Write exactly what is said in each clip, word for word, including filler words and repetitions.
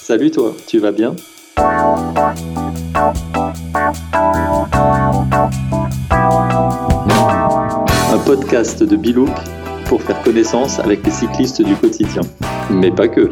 Salut toi, tu vas bien? Un podcast de Bilouk pour faire connaissance avec les cyclistes du quotidien. Mais pas que.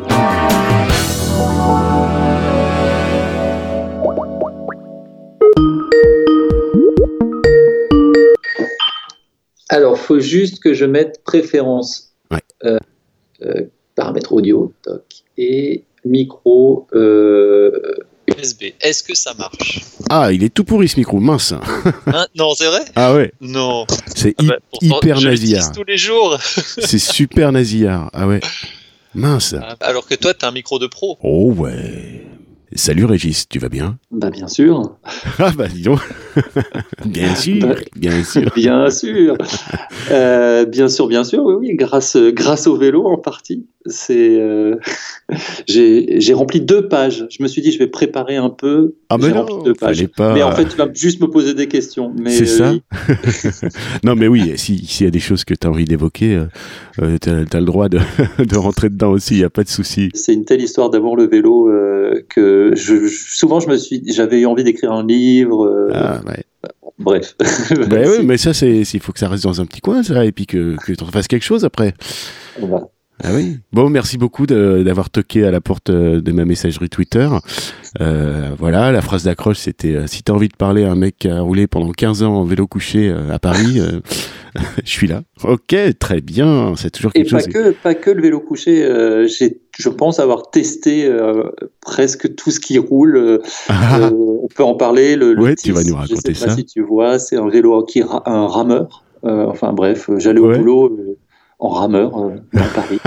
Alors, faut juste que je mette préférence. Ouais. Euh, euh, paramètres audio, toc, et micro. Euh... U S B. Est-ce que ça marche? Ah, il est tout pourri ce micro, mince. Hein? Non, c'est vrai? Ah ouais. Non. C'est Ah hy- bah, pourtant, hyper je l'utilise nasillard. tous les jours. C'est super nasillard. Ah ouais. Mince. Alors que toi, t'as un micro de pro. Oh ouais. Salut Régis, tu vas bien? Bah bien sûr. Ah bah dis donc. Bien sûr, Bah, bien sûr. Bien sûr. Euh, bien sûr, bien sûr, oui, oui, grâce, grâce au vélo en partie. C'est, euh, j'ai, j'ai rempli deux pages. Je me suis dit, je vais préparer un peu. Ah j'ai mais rempli non, deux pages. fallait pas. Mais en fait, tu vas juste me poser des questions. Mais, C'est ça. euh, Non mais oui, si- s'il y a des choses que tu as envie d'évoquer, euh, euh, tu as le droit de, de rentrer dedans aussi, il n'y a pas de souci. c'est une telle histoire d'amour le vélo euh, que je, je- souvent je me suis, j'avais eu envie d'écrire un livre. euh, Ah ouais. Bref. Ben oui, mais ça, c'est, il faut que ça reste dans un petit coin, ça, et puis que, que tu en fasses quelque chose après. Voilà. Ah oui. Bon, merci beaucoup de- d'avoir toqué à la porte euh, de ma messagerie Twitter. Euh, voilà, la phrase d'accroche, c'était euh, si t'as envie de parler à un mec qui a roulé pendant quinze ans en vélo couché euh, à Paris, euh, je suis là. Ok, très bien. C'est toujours Et quelque pas chose. que, pas que le vélo couché. euh, j'ai, je pense avoir testé euh, presque tout ce qui roule. euh, Ah, Euh, on peut en parler. Le, le Ouais, Tis, tu vas nous je raconter sais pas ça. si tu vois, c'est un vélo qui ra- un rameur. Euh, enfin bref, euh, j'allais Ouais. au boulot euh, en rameur euh, dans Paris.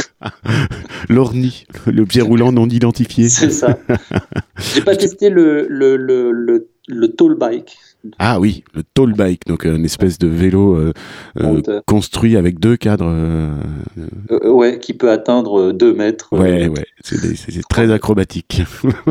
L'orni, l'objet roulant non identifié. C'est ça. J'ai pas testé le le le le, le tall bike. Ah oui, le tall bike, donc euh, une espèce de vélo euh, euh, En hauteur. construit avec deux cadres. euh, Euh, ouais, qui peut atteindre deux mètres. Ouais, euh, ouais, c'est, des- c'est- c'est très acrobatique.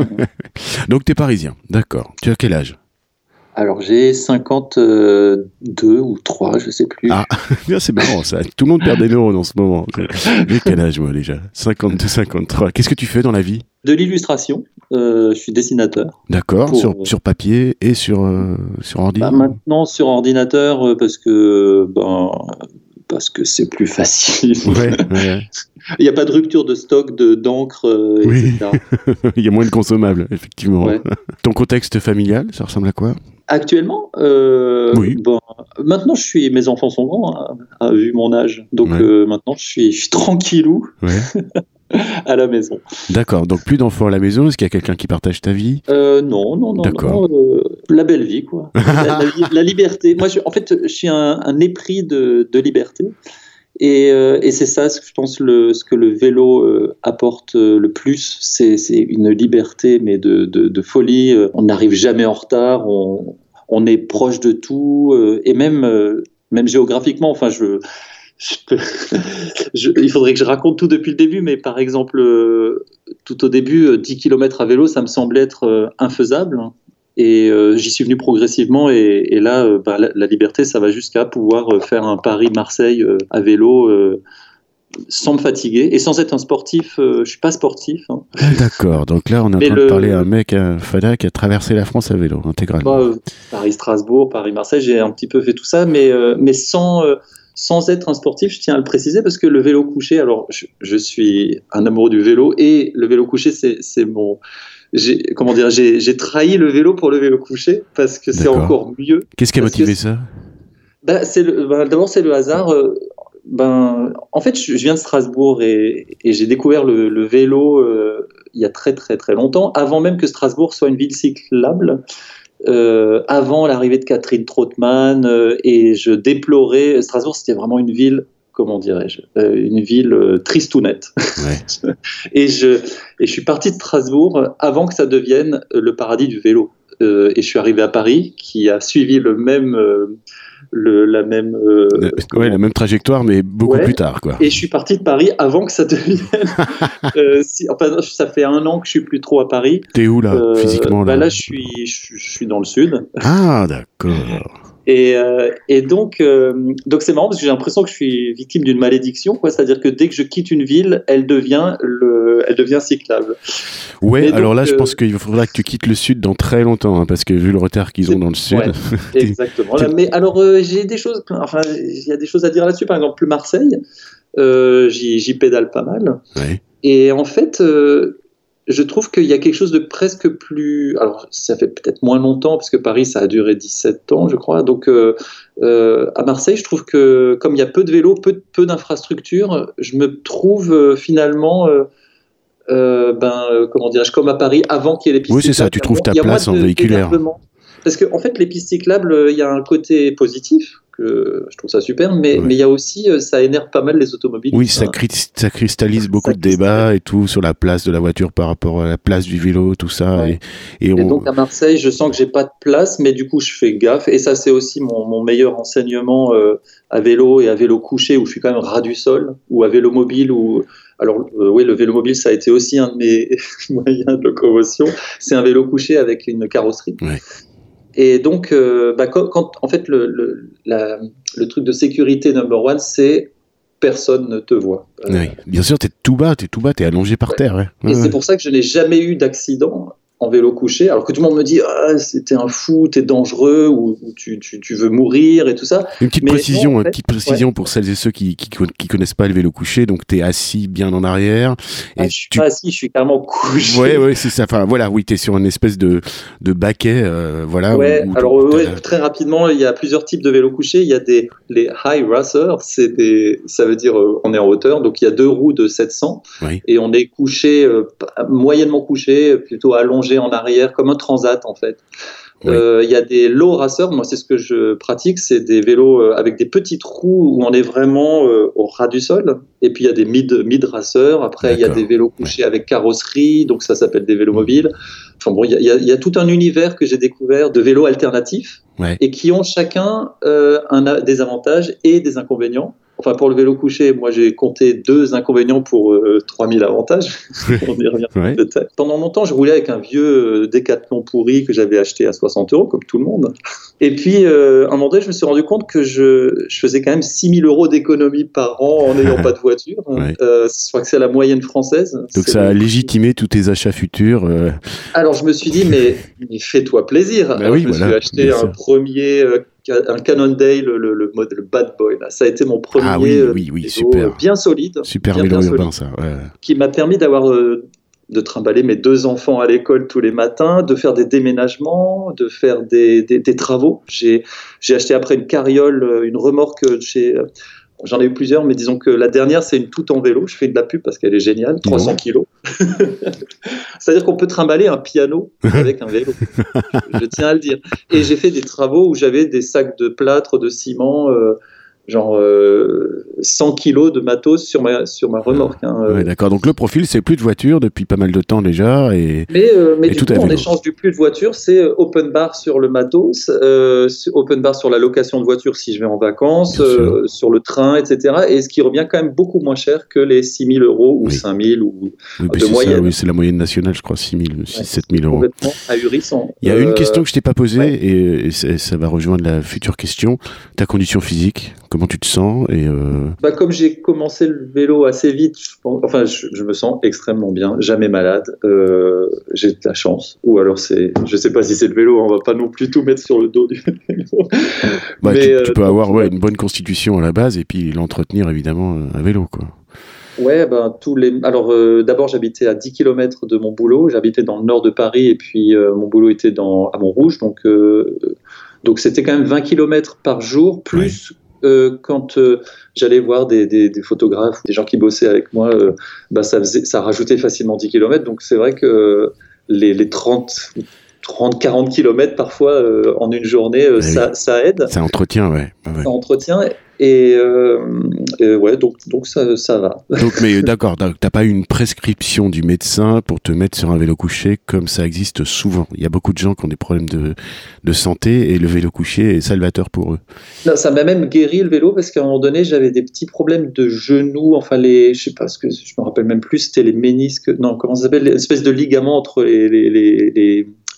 Donc t'es parisien, d'accord. Tu as quel âge? Alors j'ai cinquante-deux ou trois, je sais plus. Ah, bien, c'est marrant ça. Tout le monde perd des neurones en ce moment. J'ai quel âge moi déjà? cinquante-deux, cinquante-trois. Qu'est-ce que tu fais dans la vie? De l'illustration. Euh, je suis dessinateur. D'accord, Pour- sur, sur papier et sur, euh, sur ordi. Bah, maintenant sur ordinateur euh, parce que ben parce que c'est plus facile. Ouais, ouais. Il n'y a pas de rupture de stock de d'encre, euh, Oui. et cetera. Il y a moins de consommables, effectivement. Ouais. Ton contexte familial, ça ressemble à quoi? Actuellement, euh, Oui. bon, maintenant je suis, mes enfants sont grands, hein, à- vu mon âge, donc Ouais. euh, maintenant je suis, je suis tranquillou Ouais. à la maison. D'accord, donc plus d'enfants à la maison, est-ce qu'il y a quelqu'un qui partage ta vie? Euh, non, non, non, D'accord. non, euh, la belle vie, quoi. La, la li- la liberté. Moi, je- en fait, je suis un, un épris de, de liberté. Et, euh, et c'est ça, ce que je pense, le, ce que le vélo euh, apporte euh, le plus, c'est, c'est une liberté, mais de, de, de folie. Euh, On n'arrive jamais en retard, on, on est proche de tout, euh, et même, euh, même géographiquement. Enfin, je, je peux- je- il faudrait que je raconte tout depuis le début, mais par exemple, euh, tout au début, euh, dix kilomètres à vélo, ça me semblait être euh, infaisable. Et euh, j'y suis venu progressivement, et, et là, euh, bah, la, la liberté, ça va jusqu'à pouvoir euh, faire un Paris-Marseille euh, à vélo euh, sans me fatiguer et sans être un sportif. Euh, je suis pas sportif. Hein. D'accord, donc là on est en Mais train de le- parler à un mec, à Fada, qui a traversé la France à vélo, intégralement. Bah, euh, Paris-Strasbourg, Paris-Marseille, j'ai un petit peu fait tout ça, mais, euh, mais sans, euh, sans être un sportif, je tiens à le préciser, parce que le vélo couché, alors je, je suis un amoureux du vélo, et le vélo couché, c'est, c'est mon... J'ai, comment dire, j'ai, j'ai trahi le vélo pour le vélo couché, parce que c'est D'accord. encore mieux. Qu'est-ce qui a parce motivé que- ça? Ben, c'est le, ben, d'abord, c'est le hasard. euh, ben, en fait, je, je viens de Strasbourg, et, et j'ai découvert le, le vélo euh, il y a très très très longtemps, avant même que Strasbourg soit une ville cyclable, euh, avant l'arrivée de Catherine Trautmann, euh, et je déplorais. Strasbourg, c'était vraiment une ville, comment dirais-je, euh, une ville euh, tristounette. Ouais. Et je, et je suis parti de Strasbourg avant que ça devienne le paradis du vélo. Euh, et je suis arrivé à Paris, qui a suivi le même, euh, le, la même. euh, Euh, comment- ouais, la même trajectoire, mais beaucoup Ouais. plus tard, quoi. Et je suis parti de Paris avant que ça devienne. euh, si, enfin, ça fait un an que je suis plus trop à Paris. T'es où là, Euh, physiquement là? bah là, je suis, je, je suis dans le sud. Ah, d'accord. Et, euh, et donc, euh, donc c'est marrant parce que j'ai l'impression que je suis victime d'une malédiction, quoi. C'est-à-dire que dès que je quitte une ville, elle devient, le, elle devient cyclable. Ouais, Mais alors donc, là, je euh, pense qu'il faudra que tu quittes le sud dans très longtemps, hein, parce que vu le retard qu'ils ont dans le sud. Ouais, exactement. Là, mais alors, euh, j'ai des choses, enfin, il y a des choses à dire là-dessus. Par exemple, Marseille, euh, j'y, j'y pédale pas mal. Ouais. Et en fait, euh, je trouve qu'il y a quelque chose de presque plus... Alors, ça fait peut-être moins longtemps, parce que Paris, ça a duré dix-sept ans, je crois. Donc, euh, euh, à Marseille, je trouve que, comme il y a peu de vélos, peu, peu d'infrastructures, je me trouve euh, finalement... Euh, euh, ben, euh, comment dirais-je, comme à Paris, avant qu'il y ait les pistes Oui, c'est ça, cyclables. tu trouves ta Il y a place moins en de- véhiculaire. d'énervement. Parce qu'en en fait, les pistes cyclables, il y a un côté positif, que je trouve ça super, mais Ouais. mais il y a aussi, euh, ça énerve pas mal les automobilistes. Oui, ça, hein. cri- ça cristallise beaucoup Ça de débats et tout sur la place de la voiture par rapport à la place du vélo, tout ça. Ouais. Et, et Et on... donc à Marseille, je sens que j'ai pas de place, mais du coup je fais gaffe. Et ça, c'est aussi mon, mon meilleur enseignement euh, à vélo et à vélo couché, où je suis quand même ras du sol, ou à vélo mobile, où alors euh, oui, le vélo mobile, ça a été aussi un de mes moyens de locomotion. C'est un vélo couché avec une carrosserie. Ouais. Et donc, euh, bah, quand, quand- en fait, le, le, la- le truc de sécurité number one, c'est personne ne te voit. Euh, Oui. Bien sûr, t'es tout bas, t'es tout bas, t'es allongé par Ouais. terre. Ouais. Et Ouais, c'est ouais. pour ça que je n'ai jamais eu d'accident en vélo couché, alors que tout le monde me dit ah, c'était un fou, t'es dangereux, ou, ou tu, tu, tu veux mourir et tout ça. Une petite Mais précision, non, en une fait, petite précision pour celles et ceux qui, qui, qui connaissent pas le vélo couché. Donc, t'es assis bien en arrière. Ah, Et je suis tu... pas assis, je suis carrément couché. Ouais, ouais, c'est ça. Enfin, voilà, oui, t'es sur une espèce de, de baquet, euh, voilà. Ouais, où- où alors t'as- ouais, très rapidement, il y a plusieurs types de vélos couchés. Il y a des les high racers, c'est des, ça veut dire euh, on est en hauteur, donc il y a deux roues de sept cents Oui. et on est couché, euh, moyennement couché, plutôt allongé en arrière, comme un transat en fait. Oui. Euh, Il y a des low racers, moi c'est ce que je pratique, c'est des vélos euh, avec des petites roues où on est vraiment euh, au ras du sol. Et puis il y a des mid, mid racers, après il y a D'accord. des vélos couchés avec carrosserie, donc ça s'appelle des vélos mobiles. Enfin bon, il y a, il y a- il y a tout un univers que j'ai découvert de vélos alternatifs Ouais. et qui ont chacun euh, un, a- des avantages et des inconvénients. Enfin, pour le vélo couché, moi j'ai compté deux inconvénients pour euh, trois mille avantages. On y revient Ouais. peut-être. Pendant longtemps, je roulais avec un vieux euh, Décathlon pourri que j'avais acheté à soixante euros, comme tout le monde. Et puis, euh, à un moment donné, je me suis rendu compte que je, je faisais quand même six mille euros d'économie par an en n'ayant pas de voiture. Ouais. Euh, je crois que c'est la moyenne française. Donc, C'est ça a le- légitimé tous tes achats futurs. euh, Alors, je me suis dit, mais, mais fais-toi plaisir. Bah Alors, oui, je me voilà, suis acheté bien un sûr. premier, euh, ca- un Cannondale, le, le, le mode le Bad Boy. Là. Ça a été mon premier Ah oui, euh, oui, oui, vélo, super. euh, bien solide. Super bien, vélo bien urbain, solide, ça. Ouais. qui m'a permis d'avoir euh, de trimballer mes deux enfants à l'école tous les matins, de faire des déménagements, de faire des, des, des travaux. J'ai, j'ai acheté après une carriole, euh, une remorque de chez... euh, J'en ai eu plusieurs, mais disons que la dernière, c'est une toute en vélo. Je fais de la pub parce qu'elle est géniale, trois cents kilos. C'est-à-dire qu'on peut trimballer un piano avec un vélo. Je, je tiens à le dire. Et j'ai fait des travaux où j'avais des sacs de plâtre, de ciment, euh, genre euh, cent kilos de matos sur ma, sur ma remorque. Hein, euh. Ouais, d'accord. Donc, le profil, c'est plus de voiture depuis pas mal de temps déjà. Et... Mais, euh, mais Et du tout coup, à en vélo. échange du plus de voiture, c'est euh, open bar sur le matos, euh, sur- open bar sur la location de voiture si je vais en vacances, Bien sûr. euh, sur le train, et cetera. Et ce qui revient quand même beaucoup moins cher que les six mille euros ou Oui. cinq mille ou Oui, de puis c'est ça, moyenne. oui, c'est la moyenne nationale, je crois, six mille, six, Ouais, sept mille euros. complètement ahurissant. Il y a Euh, une question que je t'ai pas posée ouais. et, et ça, ça va rejoindre la future question. Ta condition physique, comment tu te sens et euh... Bah, comme j'ai commencé le vélo assez vite, je pense- enfin, je, je me sens extrêmement bien, jamais malade. Euh, j'ai de la chance. Ou alors, c'est, je sais pas si c'est le vélo, on va pas non plus tout mettre sur le dos du vélo. bah, Mais, tu, euh, tu peux donc, avoir ouais, ouais. une bonne constitution à la base et puis l'entretenir évidemment euh, à vélo, quoi. Ouais, ben, tous les... Alors, euh, d'abord, j'habitais à dix kilomètres de mon boulot. J'habitais dans le nord de Paris et puis euh, mon boulot était dans... à Montrouge. Donc, euh, donc, c'était quand même vingt kilomètres par jour, plus euh, quand euh, j'allais voir des, des, des photographes, des gens qui bossaient avec moi, euh, bah, ça, faisait, ça rajoutait facilement dix kilomètres. Donc, c'est vrai que les, les trente, quarante kilomètres parfois euh, en une journée, euh, Ouais, ça, oui. ça aide. Ça entretient, ouais. Ah ouais. Ça entretient. Et, euh, et ouais, donc, donc ça, ça va. Donc, mais d'accord, donc, t'as pas une prescription du médecin pour te mettre sur un vélo couché comme ça existe souvent. Il y a beaucoup de gens qui ont des problèmes de, de santé et le vélo couché est salvateur pour eux. Non, ça m'a même guéri le vélo parce qu'à un moment donné, j'avais des petits problèmes de genoux, enfin les, je sais pas ce que, je me rappelle même plus, c'était les ménisques, non, comment ça s'appelle, l'espèce de ligament entre les, les, les, les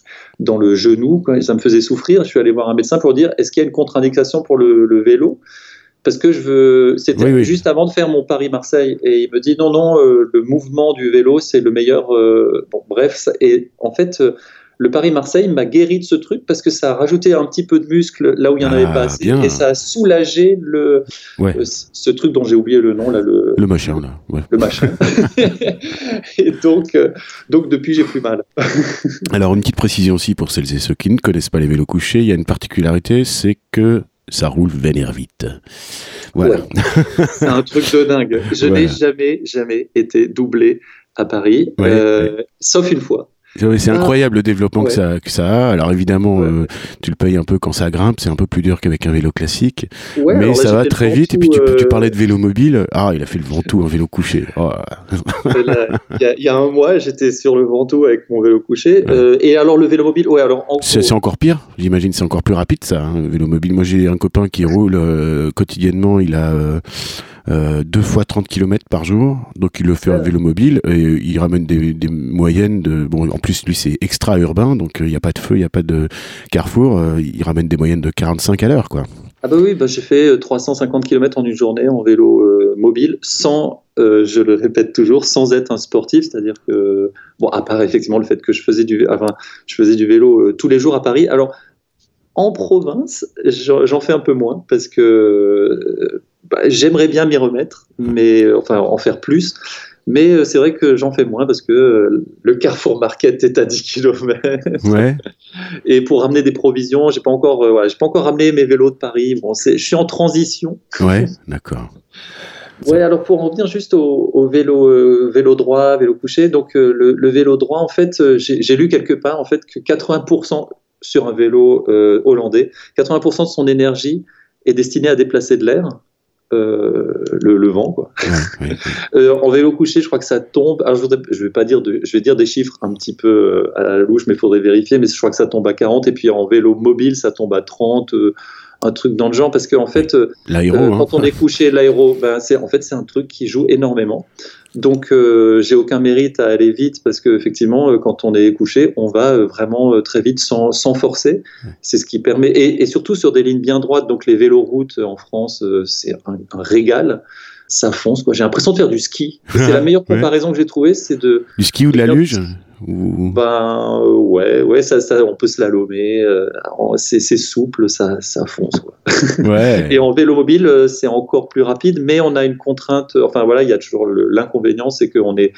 dans le genou, quoi, et ça me faisait souffrir. Je suis allé voir un médecin pour dire est-ce qu'il y a une contre-indication pour le, le vélo ? Parce que je veux, c'était oui, oui. juste avant de faire mon Paris-Marseille, et il me dit non, non, euh, le mouvement du vélo, c'est le meilleur. Euh, bon, bref, ça, et en fait, euh, le Paris-Marseille m'a guéri de ce truc parce que ça a rajouté un petit peu de muscle là où il n'y en Ah, avait pas assez, bien. et ça a soulagé le, Ouais. euh, ce truc dont j'ai oublié le nom là, le, Le machin, là. Ouais. le machin. Et donc, euh, donc depuis, j'ai plus mal. Alors, une petite précision aussi pour celles et ceux qui ne connaissent pas les vélos couchés, il y a une particularité, c'est que ça roule vénère vite. Voilà. Ouais. C'est un truc de dingue. Je Voilà. n'ai jamais, jamais été doublé à Paris, Ouais, euh, ouais. sauf une fois. C'est c'est incroyable le développement Ouais. que, ça, que ça a. Alors évidemment, Ouais. euh, tu le payes un peu quand ça grimpe, c'est un peu plus dur qu'avec un vélo classique. Ouais, mais alors là, ça j'ai va fait très le vite. Et puis tu, Ventoux, tu euh, parlais de vélo mobile. Ah, il a fait le Ventoux en vélo couché. Oh. là, Il y, a- il y a un mois, j'étais sur le Ventoux avec mon vélo couché. Ouais. Euh, et alors, le vélo mobile, ouais, alors en C'est gros, c'est encore pire. J'imagine c'est encore plus rapide ça, hein, le vélo mobile. Moi j'ai un copain qui roule euh, quotidiennement. Il a euh, euh, deux fois trente kilomètres par jour. Donc il le fait en Ouais. vélo mobile. Et il ramène des, des moyennes de... Bon, en plus lui c'est extra-urbain. Donc il n'y a pas de feu, il n'y a pas de carrefour. Euh, il ramène des moyennes de quarante-cinq à l'heure, quoi. ah bah oui, bah, j'ai fait euh, trois cent cinquante kilomètres en une journée en vélo euh, mobile, sans, euh, je le répète toujours, sans être un sportif, c'est-à-dire que, bon, à part effectivement le fait que je faisais du, enfin, je faisais du vélo euh, tous les jours à Paris. Alors, en province, j'en j'en fais un peu moins parce que euh, bah, j'aimerais bien m'y remettre, mais euh, enfin en faire plus. Mais euh, c'est vrai que j'en fais moins parce que euh, le Carrefour Market est à dix kilomètres. Ouais. Et pour ramener des provisions, j'ai pas encore, euh, voilà, j'ai pas encore ramené mes vélos de Paris. Bon, c'est, je suis en transition. Ouais, d'accord. Ouais, alors pour en revenir juste au, au vélo, euh, vélo droit, vélo couché, donc euh, le, le vélo droit, en fait, euh, j'ai, j'ai lu quelque part en fait que quatre-vingts pour cent sur un vélo euh, hollandais, quatre-vingts pour cent de son énergie est destinée à déplacer de l'air, euh, le, le vent, quoi. Ouais, ouais. Euh, en vélo couché, je crois que ça tombe. Alors, je, voudrais, je vais pas dire, de, je vais dire des chiffres un petit peu euh, à la louche, mais il faudrait vérifier. Mais je crois que ça tombe à quarante, et puis en vélo mobile, ça tombe à trente, euh, un truc dans le genre, parce qu'en fait, euh, L'aéro, euh, hein. quand on est couché, l'aéro, ben, c'est en fait c'est un truc qui joue énormément. Donc, euh, j'ai aucun mérite à aller vite parce qu'effectivement, euh, quand on est couché, on va euh, vraiment euh, très vite sans, sans forcer. C'est ce qui permet, et, et surtout sur des lignes bien droites. Donc, les véloroutes en France, euh, c'est un, un régal. Ça fonce, quoi. J'ai l'impression de faire du ski. C'est la meilleure Ouais. comparaison que j'ai trouvée, c'est de. Du ski ou de la luge ou... Ben euh, ouais, ouais, ça, ça, on peut slalomer. Euh, c'est, c'est souple, ça, ça fonce, quoi. Ouais. Et en vélo mobile, euh, c'est encore plus rapide, mais on a une contrainte. Enfin voilà, il y a toujours le, l'inconvénient, c'est qu'on est,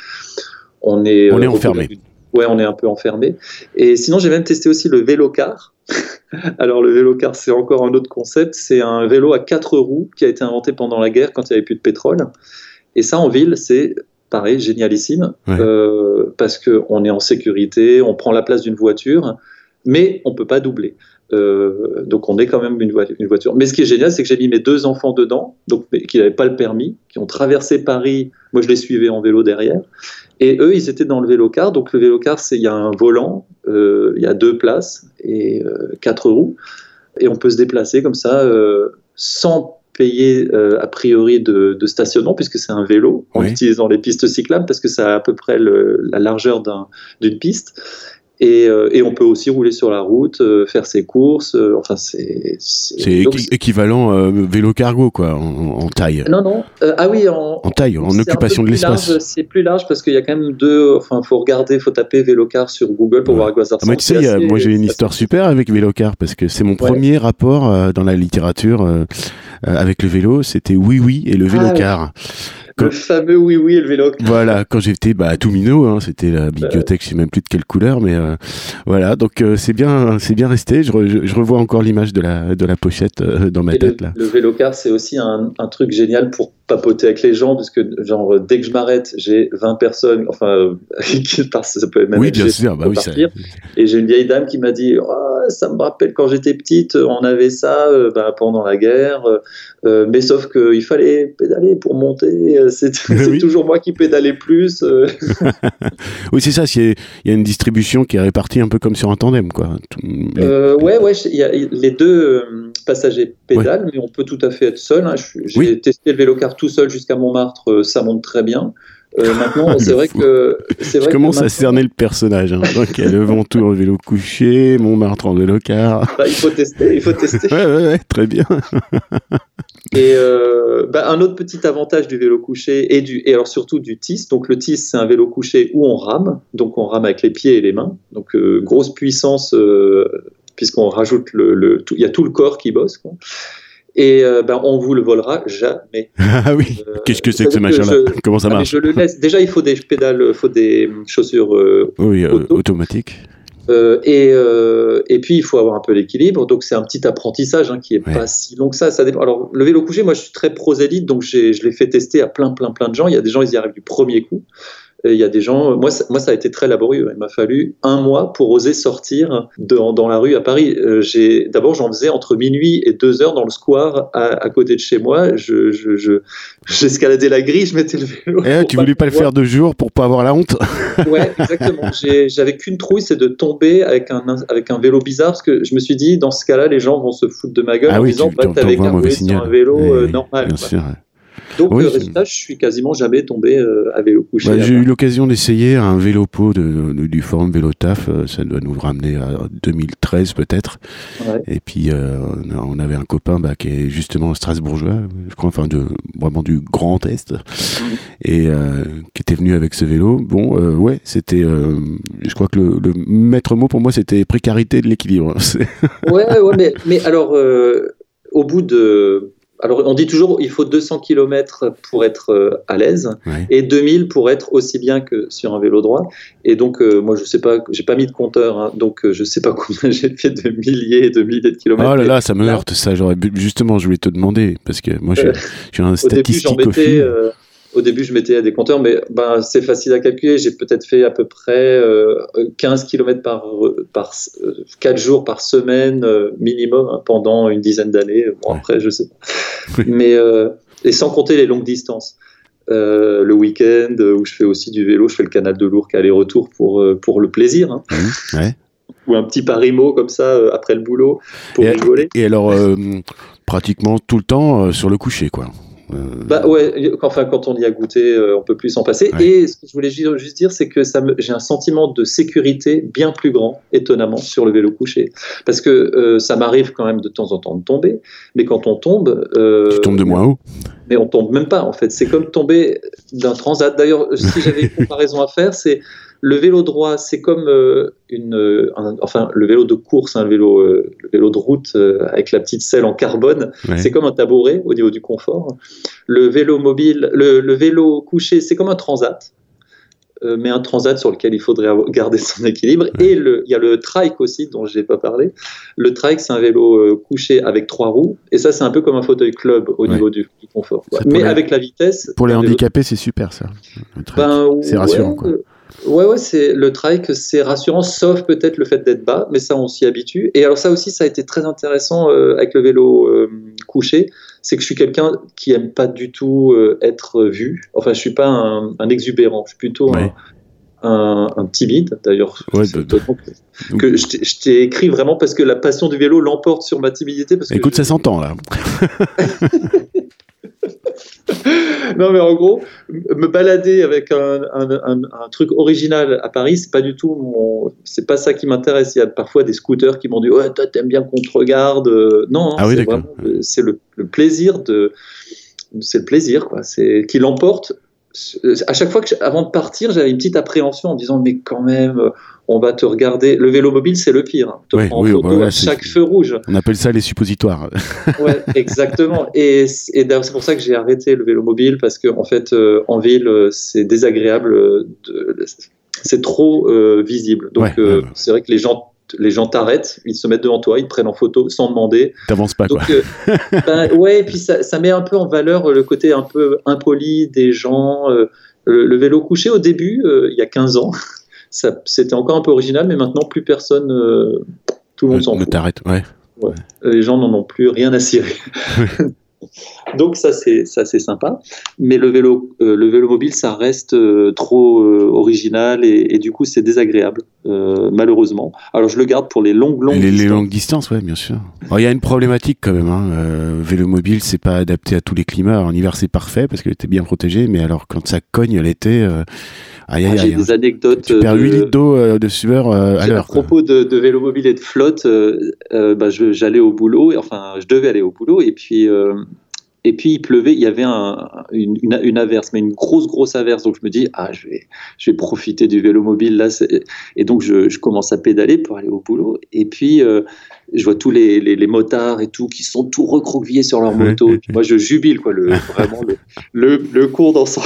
on est, On est euh, enfermé. Ouais, on est un peu enfermé. Et sinon, j'ai même testé aussi le vélo-car. Alors, le vélo-car, c'est encore un autre concept. C'est un vélo à quatre roues qui a été inventé pendant la guerre quand il n'y avait plus de pétrole. Et ça, en ville, c'est pareil, génialissime. Ouais. Euh, parce qu'on est en sécurité, on prend la place d'une voiture, mais on ne peut pas doubler. Euh, donc, on est quand même une, vo- une voiture. Mais ce qui est génial, c'est que j'ai mis mes deux enfants dedans, donc, mais, qui n'avaient pas le permis, qui ont traversé Paris. Moi, je les suivais en vélo derrière. Et eux, ils étaient dans le vélo-car. Donc, le vélo-car, c'est, il y a un volant, euh, il y a deux places et euh, quatre roues. Et on peut se déplacer comme ça euh, sans payer euh, a priori de, de stationnement, puisque c'est un vélo, en Oui. utilisant les pistes cyclables, parce que ça a à peu près le, la largeur d'un, d'une piste. Et, euh, et on peut aussi rouler sur la route, euh, faire ses courses. Euh, enfin, c'est. C'est, C'est donc, équi- équivalent euh, vélo cargo, quoi, en, en taille. non, non. Euh, ah oui, en, En taille, en c'est un occupation peu de plus l'espace. large, c'est plus large parce qu'il y a quand même deux. Enfin, faut regarder, faut taper vélocar sur Google pour Ouais. voir à quoi ça Ah, ressemble. mais tu sais, C'est il y a- assez- moi j'ai une c'est histoire assez- super avec Vélocar parce que c'est mon premier rapport euh, dans la littérature euh, euh, avec le vélo, c'était Oui Oui et le Ah, Vélocar. Le fameux oui oui et le vélo. Voilà, quand j'étais bah, tout minot, hein, c'était la bibliothèque, je sais même plus de quelle couleur, mais euh, voilà, donc euh, c'est bien, c'est bien resté. Je, re- je, je revois encore l'image de la de la pochette euh, dans ma Et tête le, là. le vélocar, c'est aussi un, un truc génial pour papoter avec les gens, parce que genre dès que je m'arrête, j'ai vingt personnes, enfin euh, qui passent, ça peut même Oui, être bien j'ai- sûr, bah oui, ça. partir. Et j'ai une vieille dame qui m'a dit oh, ça me rappelle quand j'étais petite, on avait ça euh, bah, pendant la guerre, euh, mais sauf qu'il fallait pédaler pour monter, euh, c'est, c'est Oui. toujours moi qui pédalais plus. euh. Oui, c'est ça. Il y a une distribution qui est répartie un peu comme sur un tandem, quoi. Tout- les- Euh, ouais, ouais, il y a les deux euh, passagers pédalent, mais on peut tout à fait être seul. Hein. Je- J'ai Oui. testé le vélocar tout seul jusqu'à Montmartre, euh, ça monte très bien. Euh, maintenant, c'est vrai, que, c'est vrai Je que. commence maintenant... à cerner le personnage. Hein. Donc, il y a le Ventoux en vélo couché, Montmartre en vélo-car. Bah, il faut tester, il faut tester. ouais, ouais, ouais, très bien. Et euh, bah, un autre petit avantage du vélo couché et, du, et alors surtout du T I S. Donc le T I S, c'est un vélo couché où on rame. Donc on rame avec les pieds et les mains. Donc euh, grosse puissance, euh, puisqu'on rajoute le, le tout, il y a tout le corps qui bosse, quoi. Et euh, ben, on vous le volera jamais. Ah oui, euh, qu'est-ce que c'est que ce machin-là je... Comment ça ah, marche? Je le laisse. Déjà, il faut des pédales, il faut des chaussures euh, oui, euh, auto. automatiques. Euh, et, euh, et puis, il faut avoir un peu l'équilibre. Donc, c'est un petit apprentissage hein, qui n'est ouais. pas si long que ça. Ça dépend. Alors, le vélo couché, moi, je suis très prosélyte, donc j'ai, je l'ai fait tester à plein, plein, plein de gens. Il y a des gens, ils y arrivent du premier coup. Et il y a des gens, moi ça, moi, ça a été très laborieux. Il m'a fallu un mois pour oser sortir de, dans la rue à Paris. Euh, j'ai, d'abord, j'en faisais entre minuit et deux heures dans le square à, à côté de chez moi. Je, je, je, j'escaladais la grille, je mettais le vélo. Eh, tu voulais pas le faire de jour pour pas avoir la honte? Ouais, exactement. J'ai, j'avais qu'une trouille, c'est de tomber avec un, avec un vélo bizarre, parce que je me suis dit, dans ce cas-là, les gens vont se foutre de ma gueule ah en oui, disant, tu, bah, t'avais qu'à rouler sur un vélo oui, euh, oui, normal. Bien quoi. sûr. Donc, oui, le résultat, je suis quasiment jamais tombé euh, à vélo couché. Bah, j'ai eu l'occasion d'essayer un vélo pot de, de, du forum Vélo Taf. Euh, ça doit nous le ramener à deux mille treize peut-être. Ouais. Et puis, euh, on avait un copain bah, qui est justement strasbourgeois, je crois, enfin, de, vraiment du Grand Est, mmh. et euh, qui était venu avec ce vélo. Bon, euh, ouais, c'était. Euh, je crois que le, le maître mot pour moi, c'était précarité de l'équilibre. ouais, ouais, mais, mais alors, euh, au bout de. Alors, on dit toujours il faut deux cents kilomètres pour être euh, à l'aise ouais. et deux mille pour être aussi bien que sur un vélo droit. Et donc, euh, moi, je sais pas, j'ai pas mis de compteur, hein, donc euh, je sais pas combien j'ai fait de milliers et de milliers de kilomètres. Oh là là, ça me heurte, ça. J'aurais, justement, je voulais te demander, parce que moi, je, je suis un statistique. Au début, je mettais des compteurs, mais ben, c'est facile à calculer. J'ai peut-être fait à peu près euh, quinze kilomètres par, par euh, quatre jours par semaine euh, minimum hein, pendant une dizaine d'années. Bon, ouais. Après, je sais pas. Mais, euh, et sans compter les longues distances. Euh, le week-end où je fais aussi du vélo, je fais le canal de l'Ourcq aller-retour pour, euh, pour le plaisir. Hein. Mmh, ouais. Ou un petit Parimo comme ça euh, après le boulot pour et, rigoler. Et alors, euh, pratiquement tout le temps euh, sur le coucher, quoi. Euh... Bah ouais, enfin quand on y a goûté, euh, on peut plus s'en passer. Ouais. Et ce que je voulais juste dire, c'est que ça me, j'ai un sentiment de sécurité bien plus grand, étonnamment, sur le vélo couché, parce que euh, ça m'arrive quand même de temps en temps de tomber, mais quand on tombe, euh, tu tombes de moins haut. Mais on tombe même pas en fait. C'est comme tomber d'un transat. D'ailleurs, si j'avais une comparaison à faire, c'est le vélo droit, c'est comme euh, une, un, enfin le vélo de course, hein, le vélo, euh, le vélo de route euh, avec la petite selle en carbone, ouais. C'est comme un tabouret au niveau du confort. Le vélo mobile, le, le vélo couché, c'est comme un transat, euh, mais un transat sur lequel il faudrait avoir, garder son équilibre. Ouais. Et il y a le trike aussi, dont je n'ai pas parlé. Le trike, c'est un vélo euh, couché avec trois roues, et ça, c'est un peu comme un fauteuil club au ouais. niveau du, du confort. Mais les, avec la vitesse. Pour les handicapés, vélo... c'est super ça. Ben, c'est rassurant, ouais, quoi. Euh, Ouais, ouais, c'est, le trike, c'est rassurant, sauf peut-être le fait d'être bas, mais ça, on s'y habitue. Et alors ça aussi, ça a été très intéressant euh, avec le vélo euh, couché, c'est que je suis quelqu'un qui aime pas du tout euh, être vu. Enfin, je suis pas un, un exubérant, je suis plutôt ouais. un, un, un timide, d'ailleurs. Ouais, c'est bah, que, que je, t'ai, je t'ai écrit vraiment parce que la passion du vélo l'emporte sur ma timidité. Parce que Écoute, je... ça s'entend, là. Non mais en gros, me balader avec un, un, un, un truc original à Paris, c'est pas du tout mon, c'est pas ça qui m'intéresse. Il y a parfois des scooters qui m'ont dit ouais toi t'aimes bien qu'on te regarde. Non, hein, ah oui, c'est vraiment, c'est le, le plaisir de, c'est le plaisir quoi, c'est qui l'emporte. À chaque fois que avant de partir, j'avais une petite appréhension en me disant mais quand même, on va te regarder. Le vélo mobile, c'est le pire. Hein. Te ouais, prend en oui, photo bah ouais, à chaque feu rouge. On appelle ça les suppositoires. Ouais, exactement. Et, et d'ailleurs, c'est pour ça que j'ai arrêté le vélo mobile parce que en fait, euh, en ville, c'est désagréable. De, c'est trop euh, visible. Donc, ouais, euh, ouais. c'est vrai que les gens. Les gens t'arrêtent, ils se mettent devant toi, ils te prennent en photo sans demander. T'avances pas, donc, quoi. Euh, ben, ouais, et puis ça, ça met un peu en valeur le côté un peu impoli des gens. Euh, le, le vélo couché, au début, euh, il y a quinze ans, ça, c'était encore un peu original, mais maintenant, plus personne, euh, tout le monde euh, s'en ne fout. t'arrête, ouais. ouais. Les gens n'en ont plus rien à cirer. Donc ça c'est ça c'est sympa, mais le vélo euh, le vélo mobile ça reste euh, trop euh, original et, et du coup c'est désagréable euh, malheureusement. Alors je le garde pour les longues longues les, distances. les longues distances, ouais, bien sûr. Il y a une problématique quand même. Hein. Euh, vélo mobile, c'est pas adapté à tous les climats. En hiver, c'est parfait parce que t'es bien protégé, mais alors quand ça cogne l'été, euh, aïe, aïe, Ah, j'ai aïe, des hein. anecdotes. Tu perds de... huit litres d'eau euh, de sueur euh, à À l'heure. propos de, de vélo mobile et de flotte, euh, euh, bah, je, j'allais au boulot, et, enfin je devais aller au boulot et puis euh, et puis il pleuvait, il y avait un, une, une, une averse, mais une grosse grosse averse. Donc je me dis ah je vais je vais profiter du vélo mobile là, c'est... et donc je, je commence à pédaler pour aller au boulot et puis euh, je vois tous les, les, les motards et tout qui sont tout recroquevillés sur leur moto. Et puis moi je jubile quoi, le, vraiment le, le, le cours dans son...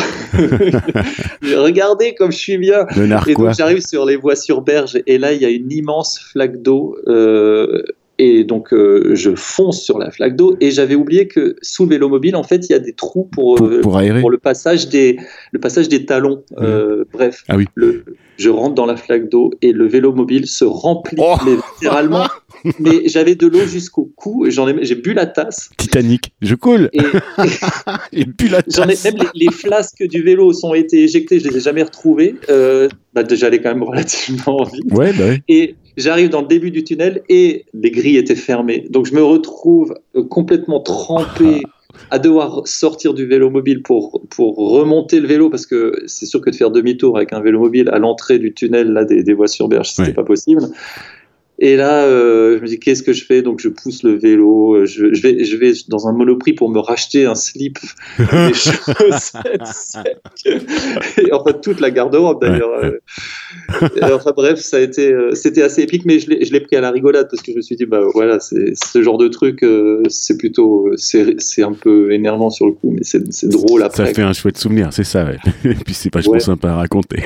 Regardez comme je suis bien. Le narquois. Et donc j'arrive sur les voies sur berge et là il y a une immense flaque d'eau. Euh, Et donc, euh, je fonce sur la flaque d'eau. Et j'avais oublié que sous le vélo mobile, en fait, il y a des trous pour, Pour, euh, pour aérer. pour le, passage des, le passage des talons. Euh, bref, Ah oui. le, je rentre dans la flaque d'eau et le vélo mobile se remplit, Oh mais littéralement. Mais j'avais de l'eau jusqu'au cou. Et j'en ai, j'ai bu la tasse. Titanic, je coule. Et, Et puis la j'en ai tasse. même les, les flasques du vélo sont été éjectées. Je les ai jamais retrouvées. Euh, bah, j'allais quand même relativement vite. Ouais, bah ouais. Et j'arrive dans le début du tunnel et les grilles étaient fermées. Donc je me retrouve euh, complètement trempé à devoir sortir du vélo mobile pour, pour remonter le vélo, parce que c'est sûr que de faire demi-tour avec un vélo mobile à l'entrée du tunnel là, des, des voies sur berge, c'était Ouais. pas possible. Et là, euh, je me dis, qu'est-ce que je fais? Donc, je pousse le vélo. Je, je, vais, je vais dans un Monoprix pour me racheter un slip, des chaussettes sec. Et enfin, toute la garde-robe, d'ailleurs. Ouais. Euh, enfin, bref, ça a été, euh, c'était assez épique, mais je l'ai, je l'ai pris à la rigolade parce que je me suis dit, bah voilà, c'est, ce genre de truc, euh, c'est plutôt, c'est, c'est un peu énervant sur le coup, mais c'est, c'est drôle après. Ça fait un chouette souvenir, c'est ça, ouais. Et puis c'est vachement Ouais. sympa à raconter.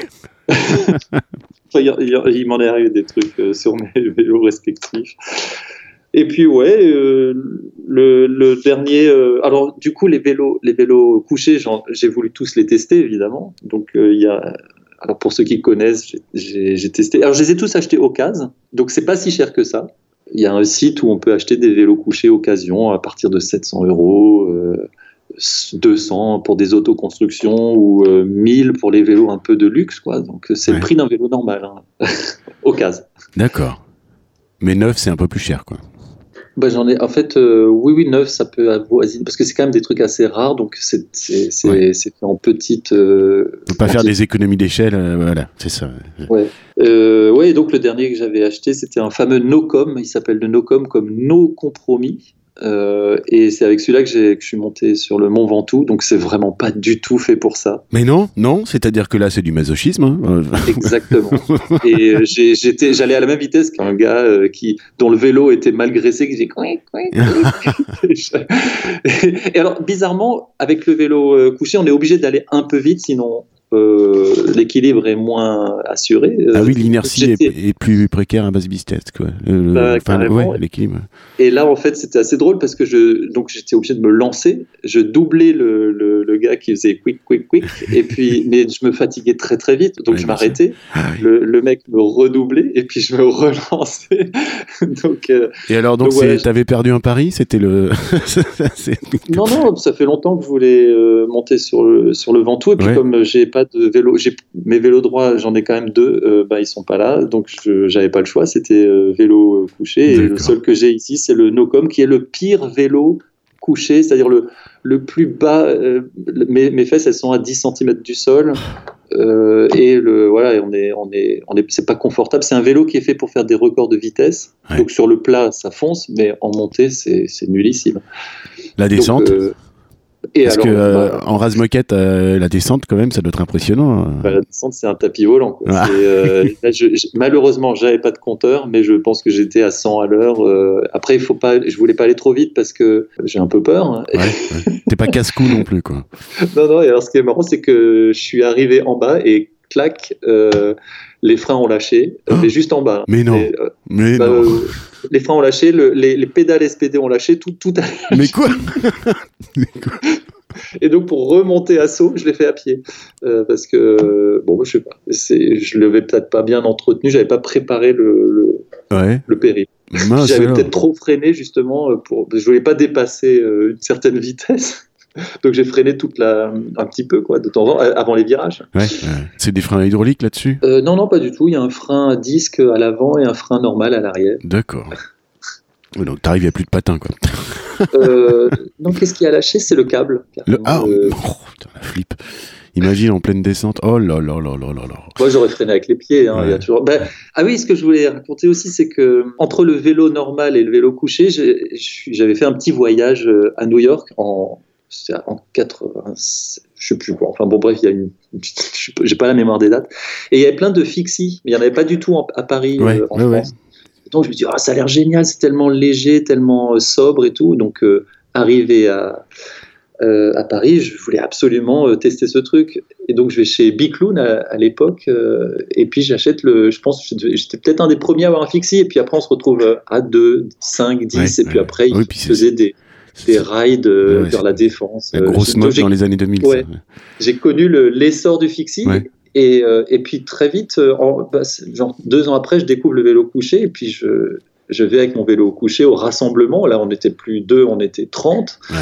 Enfin, il, il, il m'en est arrivé des trucs euh, sur mes vélos respectifs. Et puis ouais, euh, le, le dernier. Euh, alors du coup, les vélos, les vélos couchés, j'en, j'ai voulu tous les tester évidemment. Donc il euh, y a. Alors pour ceux qui connaissent, j'ai, j'ai, j'ai testé. Alors je les ai tous achetés occasion, donc c'est pas si cher que ça. Il y a un site où on peut acheter des vélos couchés occasion à partir de sept cents euros. Euh, deux cents pour des autoconstructions ou euh, mille pour les vélos un peu de luxe, quoi. Donc c'est ouais. le prix d'un vélo normal, hein. Occasion. D'accord. Mais neuf, c'est un peu plus cher, quoi. Bah, j'en ai, en fait, euh, oui, oui, neuf, ça peut avoisiner, parce que c'est quand même des trucs assez rares, donc c'est, c'est, c'est, ouais. c'est fait en petite. Euh, Faut pas faire petite... des économies d'échelle, euh, voilà, c'est ça. Ouais. Euh, ouais, et donc le dernier que j'avais acheté, c'était un fameux No-Com, il s'appelle le No-Com comme No Compromis. Euh, et c'est avec celui-là que, j'ai, que je suis monté sur le Mont Ventoux, donc c'est vraiment pas du tout fait pour ça. Mais non, non, c'est-à-dire que là c'est du masochisme. Hein. Exactement. Et j'ai, j'étais, j'allais à la même vitesse qu'un gars euh, qui, dont le vélo était mal graissé, qui disait couic, couic, couic. Et alors bizarrement, avec le vélo euh, couché, on est obligé d'aller un peu vite, sinon euh, l'équilibre est moins assuré. Ah oui, l'inertie est, est plus précaire à basse vitesse, quoi. Le, bah, enfin, ouais, l'équilibre. Et là, en fait, c'était assez drôle parce que je, donc j'étais obligé de me lancer. Je doublais le, le, le gars qui faisait quick, quick, quick. Et puis, mais je me fatiguais très, très vite. Donc, ouais, je m'arrêtais. Ah, oui. le, le mec me redoublait et puis je me relançais. donc, euh, et alors, donc, donc c'est, ouais, t'avais perdu un pari? C'était le. c'est... Non, non, ça fait longtemps que je voulais euh, monter sur le, sur le Ventoux. Et puis, ouais. comme j'ai pas de vélo, j'ai, mes vélos droits, j'en ai quand même deux, euh, bah, ils sont pas là. Donc, je, j'avais pas le choix. C'était euh, vélo couché. D'accord. Et le seul que j'ai ici, c'est le No-Com, qui est le pire vélo couché, c'est-à-dire le, le plus bas. Euh, mes, mes fesses, elles sont à dix centimètres du sol. Euh, et le, voilà, on est, on est, on est, c'est pas confortable. C'est un vélo qui est fait pour faire des records de vitesse. Ouais. Donc sur le plat, ça fonce, mais en montée, c'est, c'est nullissime. La descente donc, euh, Et Parce alors, que euh, bah, en rase moquette, euh, la descente, quand même, ça doit être impressionnant. Bah, la descente, c'est un tapis volant, quoi. Ah. C'est, euh, là, je, je, malheureusement, j'avais pas de compteur, mais je pense que j'étais à cent à l'heure. Euh, après, il faut pas, je voulais pas aller trop vite parce que j'ai un peu peur. Hein. Ouais, ouais. T'es pas casse-cou non plus, quoi. Non, non. Et alors, ce qui est marrant, c'est que je suis arrivé en bas et clac, euh, les freins ont lâché, oh, mais juste en bas. Mais non. Et, euh, mais bah, non. Euh, les freins ont lâché, le, les, les pédales S P D ont lâché, tout, tout a lâché. Mais quoi, mais quoi Et donc pour remonter à saut, je l'ai fait à pied euh, parce que euh, bon, je sais pas, c'est, je l'avais peut-être pas bien entretenu, j'avais pas préparé le le, ouais. le périple. Mince J'avais alors. peut-être trop freiné justement pour, je voulais pas dépasser euh, une certaine vitesse. Donc j'ai freiné toute la, un petit peu quoi, de temps en temps, avant les virages. Ouais, ouais. C'est des freins hydrauliques là-dessus? Euh, non, non, pas du tout. Il y a un frein à disque à l'avant et un frein normal à l'arrière. D'accord. Ouais, donc t'arrives, il n'y a plus de patins, quoi. Euh, non, qu'est-ce qui a lâché? C'est le câble. Le... Ah, Euh, oh, putain, la flip. Imagine en pleine descente. Oh là là là là là là. Moi, j'aurais freiné avec les pieds. Hein, Ouais. il y a toujours... ben, ah oui, ce que je voulais raconter aussi, c'est que entre le vélo normal et le vélo couché, j'ai- j'avais fait un petit voyage à New York en, en quatre-vingts, je sais plus quoi. Enfin bon, bref, il y a une, j'ai pas la mémoire des dates. Et il y avait plein de fixies, mais il y en avait pas du tout en- à Paris, Ouais, euh, en ouais, France. Donc je me dis, ah, ça a l'air génial, c'est tellement léger, tellement euh, sobre et tout. Donc euh, arrivé à Euh, à Paris, je voulais absolument euh, tester ce truc. Et donc, je vais chez Bicloun à, à l'époque, euh, et puis j'achète le. Je pense que j'étais peut-être un des premiers à avoir un fixie, et puis après, on se retrouve euh, à deux, cinq, dix, Ouais, et puis ouais. après, Oui, ils puis c'est- faisaient des, des rides euh, Ouais, vers c'est- la Défense. La Euh, grosse j'ai- mode j'ai- dans les années deux mille. Ouais. Ça. J'ai connu le- l'essor du fixie. Ouais. Et, euh, et puis très vite, euh, en, bah, c'est- genre deux ans après, je découvre le vélo couché, et puis je, je vais avec mon vélo couché au rassemblement. Là, on n'était plus deux, on était trente. Ouais.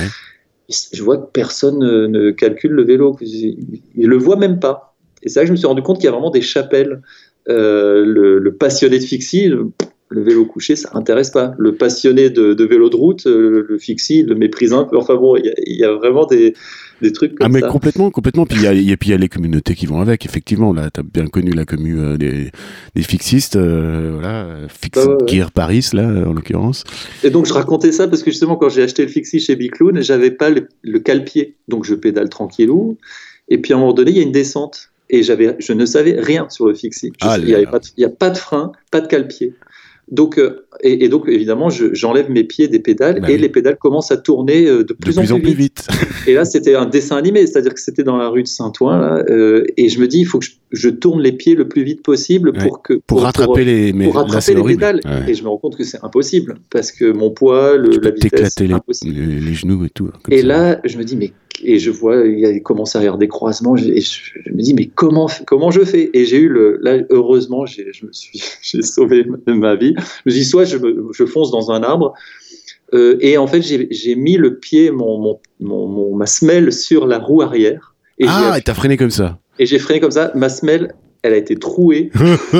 Je vois que personne ne, ne calcule le vélo. Ils ne le voient même pas. Et c'est là que je me suis rendu compte qu'il y a vraiment des chapelles. Euh, le, le passionné de fixie, le, le vélo couché, ça n'intéresse pas. Le passionné de, de vélo de route, euh, le fixie, il le méprise un peu. Enfin bon, il y a, il y a vraiment des, des trucs comme Ah mais ça. complètement, complètement. Puis il y a, y a- puis il y a les communautés qui vont avec. Effectivement, là, t'as bien connu la commu euh, des, des fixistes, euh, voilà, euh, Fix Bah ouais, ouais. Gear Paris là, en l'occurrence. Et donc je racontais ça parce que justement, quand j'ai acheté le fixie chez Bicloun, j'avais pas le, le cale-pied. Donc je pédale tranquillou. Et puis à un moment donné, il y a une descente. Et j'avais, je ne savais rien sur le fixie. Je- Ah il n'y là avait là. pas de- il n'y a pas de frein, pas de cale-pied. Donc, euh, et, et donc évidemment, je- j'enlève mes pieds des pédales Bah et oui. les pédales commencent à tourner euh, de De plus, en plus, vite. Et là, c'était un dessin animé, c'est-à-dire que c'était dans la rue de Saint-Ouen. Là, euh, et je me dis, il faut que je, je tourne les pieds le plus vite possible pour Ouais. que Pour, rattraper les, mais pour là rattraper c'est les horrible. pédales. Ouais. Et je me rends compte que c'est impossible parce que mon poids, le, Tu la peux vitesse, t'éclater c'est les, impossible. les, les genoux et tout. comme Et ça. là, je me dis, mais. Et je vois, il, y a, il commence à y avoir des croisements. je- Et je, je me dis, mais comment, comment je fais? Et j'ai eu le. Là, heureusement, j'ai, je me suis, j'ai sauvé ma, ma vie. Je me dis, soit je, me- je fonce dans un arbre. euh, et en fait, j'ai, j'ai mis le pied, mon, mon, mon, mon- ma semelle sur la roue arrière. Et Ah, j'ai, et t'as freiné comme ça. et j'ai freiné comme ça. Ma semelle, elle a été trouée.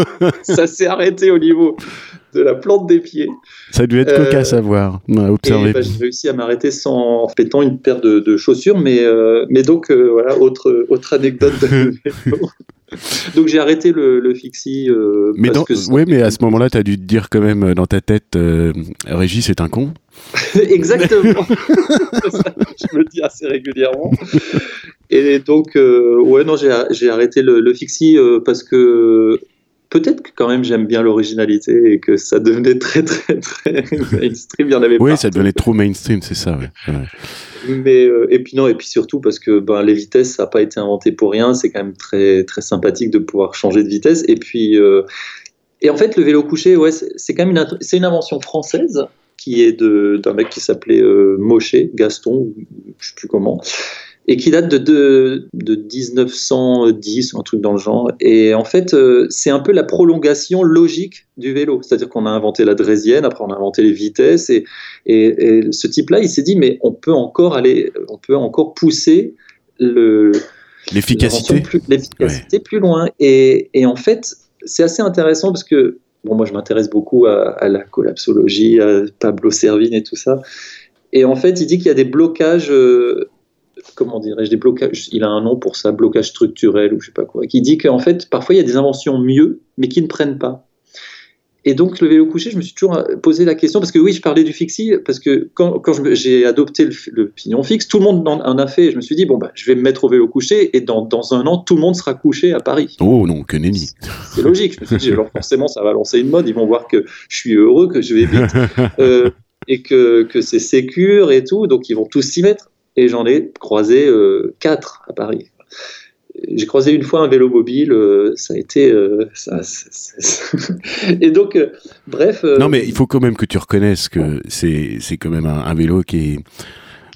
Ça s'est arrêté au niveau de la plante des pieds. Ça a dû être Euh, cocasse à voir, à Et observer. bah, j'ai réussi à m'arrêter sans en pétant une paire de, de chaussures, mais, euh, mais donc euh, voilà, autre, autre anecdote de vélo. Donc j'ai arrêté le, le fixie. Euh, mais parce dans, que ça- ouais, mais à ce moment-là, t'as dû te dire quand même euh, dans ta tête, euh, Régis c'est un con. Exactement. Ça, je me le dis assez régulièrement. Et donc, euh, ouais, non, j'ai, j'ai arrêté le, le fixie euh, parce que peut-être que quand même j'aime bien l'originalité et que ça devenait très, très, très mainstream. Il y en avait Oui, pas. ça devenait trop mainstream, c'est ça. Ouais. Ouais. Mais euh, et puis non, et puis surtout parce que ben, les vitesses, ça n'a pas été inventé pour rien. C'est quand même très très sympathique de pouvoir changer de vitesse. Et puis euh, et en fait, le vélo couché, ouais, c'est, c'est quand même une, c'est une invention française qui est de, d'un mec qui s'appelait euh, Mochet, Gaston, je sais plus comment, et qui date de, de, de dix-neuf cent dix, un truc dans le genre. Et en fait, euh, c'est un peu la prolongation logique du vélo. C'est-à-dire qu'on a inventé la draisienne, après on a inventé les vitesses, et, et, et ce type-là, il s'est dit, mais on peut encore aller, on peut encore pousser le, L'efficacité. l'invention plus, l'efficacité plus loin. Et, et en fait, c'est assez intéressant parce que, bon, moi je m'intéresse beaucoup à, à la collapsologie, à Pablo Servigne et tout ça. Et en fait, il dit qu'il y a des blocages... Euh, comment dirais-je, des blocages, il a un nom pour ça, blocage structurel ou je sais pas quoi, qui dit qu'en fait, parfois il y a des inventions mieux, mais qui ne prennent pas. Et donc, le vélo couché, je me suis toujours posé la question, parce que oui, je parlais du fixie, parce que quand, quand je me, j'ai adopté le, le pignon fixe, tout le monde en, en a fait, et je me suis dit, bon, bah, je vais me mettre au vélo couché, et dans, dans un an, tout le monde sera couché à Paris. Oh non, que nenni. C'est logique, je me suis dit, genre, forcément, ça va lancer une mode, ils vont voir que je suis heureux, que je vais vite, euh, et que, que c'est sécure et tout, donc ils vont tous s'y mettre. Et j'en ai croisé euh, quatre à Paris. J'ai croisé une fois un vélo mobile, euh, ça a été... Euh, ça, c'est, c'est... Et donc, euh, bref... Euh... Non, mais il faut quand même que tu reconnaisses que c'est, c'est quand même un, un vélo qui est...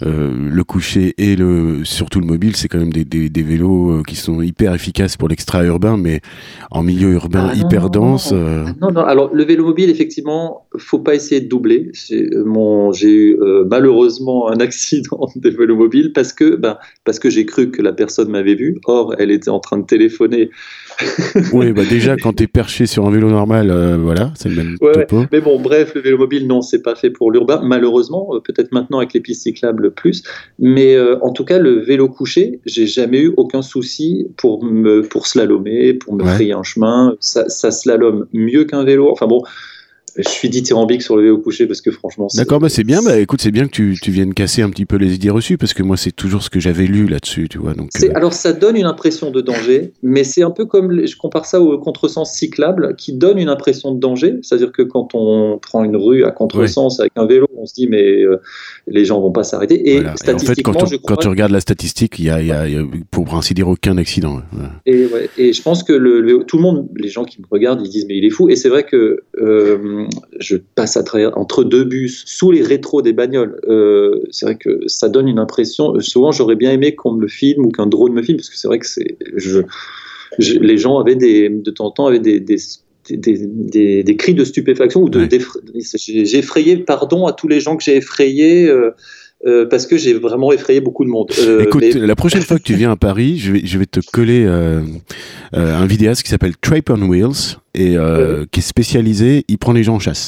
euh, le couché et le surtout le mobile, c'est quand même des, des, des vélos qui sont hyper efficaces pour l'extra-urbain, mais en milieu urbain Ah, non, hyper non, dense. non. Euh... non, non. Alors le vélo mobile, effectivement, faut pas essayer de doubler. C'est, mon, j'ai eu euh, malheureusement un accident de vélo mobile parce que, ben, parce que j'ai cru que la personne m'avait vu. Or, elle était en train de téléphoner. Oui, bah déjà quand t'es perché sur un vélo normal, euh, voilà, c'est le même Ouais, topo. ouais. Mais bon, bref, le vélo mobile, non, c'est pas fait pour l'urbain. Malheureusement, euh, peut-être maintenant avec les pistes cyclables plus. Mais euh, en tout cas, le vélo couché, j'ai jamais eu aucun souci pour me pour slalomer, pour me Ouais. frayer un chemin. Ça, ça slalome mieux qu'un vélo. Enfin bon. Je suis dithyrambique sur le vélo couché parce que franchement. C'est... D'accord, bah c'est bien. Bah écoute, c'est bien que tu, tu viennes casser un petit peu les idées reçues parce que moi c'est toujours ce que j'avais lu là-dessus, tu vois. Donc. C'est, euh... alors ça donne une impression de danger, mais c'est un peu comme je compare ça au contresens cyclable qui donne une impression de danger. C'est-à-dire que quand on prend une rue à contresens ouais. avec un vélo, on se dit mais euh, les gens vont pas s'arrêter. Et voilà. statistiquement, et en fait, quand, on, je crois... quand tu regardes la statistique, il y a, il y a, il y a pour ainsi dire aucun accident. Voilà. Et, ouais, et je pense que le, le, tout le monde, les gens qui me regardent, ils disent mais il est fou. Et c'est vrai que euh, je passe à travers entre deux bus, sous les rétros des bagnoles. Euh, c'est vrai que ça donne une impression. Souvent, j'aurais bien aimé qu'on me le filme ou qu'un drone me filme, parce que c'est vrai que c'est, je, je, les gens avaient des, de temps en temps avaient des, des Des, des, des cris de stupéfaction ou de ouais. j'ai effrayé, pardon à tous les gens que j'ai effrayés euh, euh, parce que j'ai vraiment effrayé beaucoup de monde. Euh, Écoute, mais... la prochaine fois que tu viens à Paris, je vais, je vais te coller euh, euh, un vidéaste qui s'appelle Trape on Wheels et euh, ouais. qui est spécialisé, il prend les gens en chasse.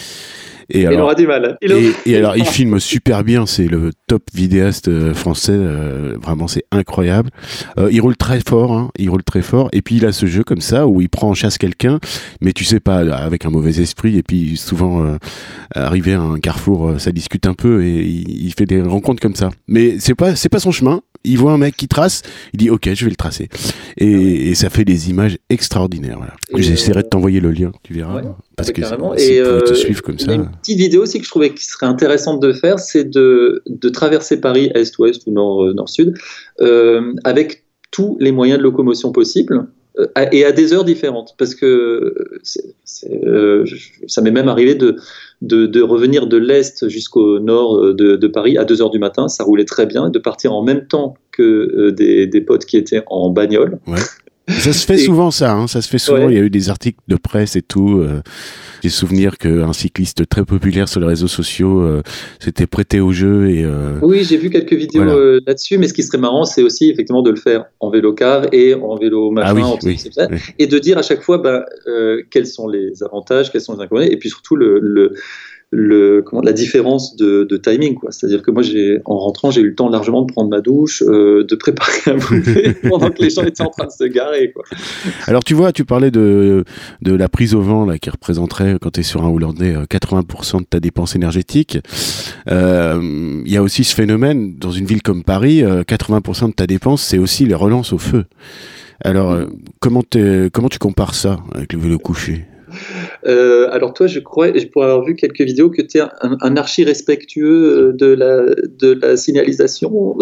Et alors, il aura du mal. Il et, aura... et alors, il filme super bien. C'est le top vidéaste français. Euh, vraiment, c'est incroyable. Euh, il roule très fort. Hein, il roule très fort. Et puis, il a ce jeu comme ça où il prend en chasse quelqu'un, mais tu sais pas, avec un mauvais esprit. Et puis, souvent, euh, arrivé à un carrefour, ça discute un peu et il, il fait des rencontres comme ça. Mais c'est pas, c'est pas son chemin. Il voit un mec qui trace, il dit ok, je vais le tracer. Et, ah ouais. et ça fait des images extraordinaires. Voilà. J'essaierai euh... de t'envoyer le lien, tu verras. Ouais, parce que carrément. si et euh, te euh, suivre comme ça. Il y a une petite vidéo aussi que je trouvais qui serait intéressante de faire, c'est de, de traverser Paris est-ouest ou nord, nord-sud euh, avec tous les moyens de locomotion possibles. Et à des heures différentes, parce que c'est, c'est, euh, ça m'est même arrivé de, de, de revenir de l'Est jusqu'au nord de, de Paris à deux heures du matin, ça roulait très bien, de partir en même temps que euh, des, des potes qui étaient en bagnole. Ouais. Ça se fait et... souvent ça, hein, ça se fait souvent, ouais. Il y a eu des articles de presse et tout, euh, j'ai souvenir qu'un cycliste très populaire sur les réseaux sociaux euh, s'était prêté au jeu. Et, euh... Oui, j'ai vu quelques vidéos voilà. euh, là-dessus, mais ce qui serait marrant, c'est aussi effectivement de le faire en vélo-car et en vélo machin, ah oui, en oui, ça, oui. Et de dire à chaque fois bah, euh, quels sont les avantages, quels sont les inconvénients, et puis surtout le... le Le, comment, la différence de, de timing, quoi. C'est-à-dire que moi, j'ai, en rentrant, j'ai eu le temps largement de prendre ma douche, euh, de préparer un bouffer pendant que les gens étaient en train de se garer, quoi. Alors, tu vois, tu parlais de, de la prise au vent, là, qui représenterait, quand tu es sur un Hollandais, quatre-vingts pour cent de ta dépense énergétique. Il euh, y a aussi ce phénomène, dans une ville comme Paris, quatre-vingts pour cent de ta dépense, c'est aussi les relances au feu. Alors, euh, comment, comment tu compares ça avec le vélo couché ? Euh, alors toi, je crois, et je pourrais avoir vu quelques vidéos, que tu es un, un archi respectueux de la, de la signalisation.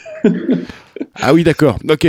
Ah oui, d'accord, ok.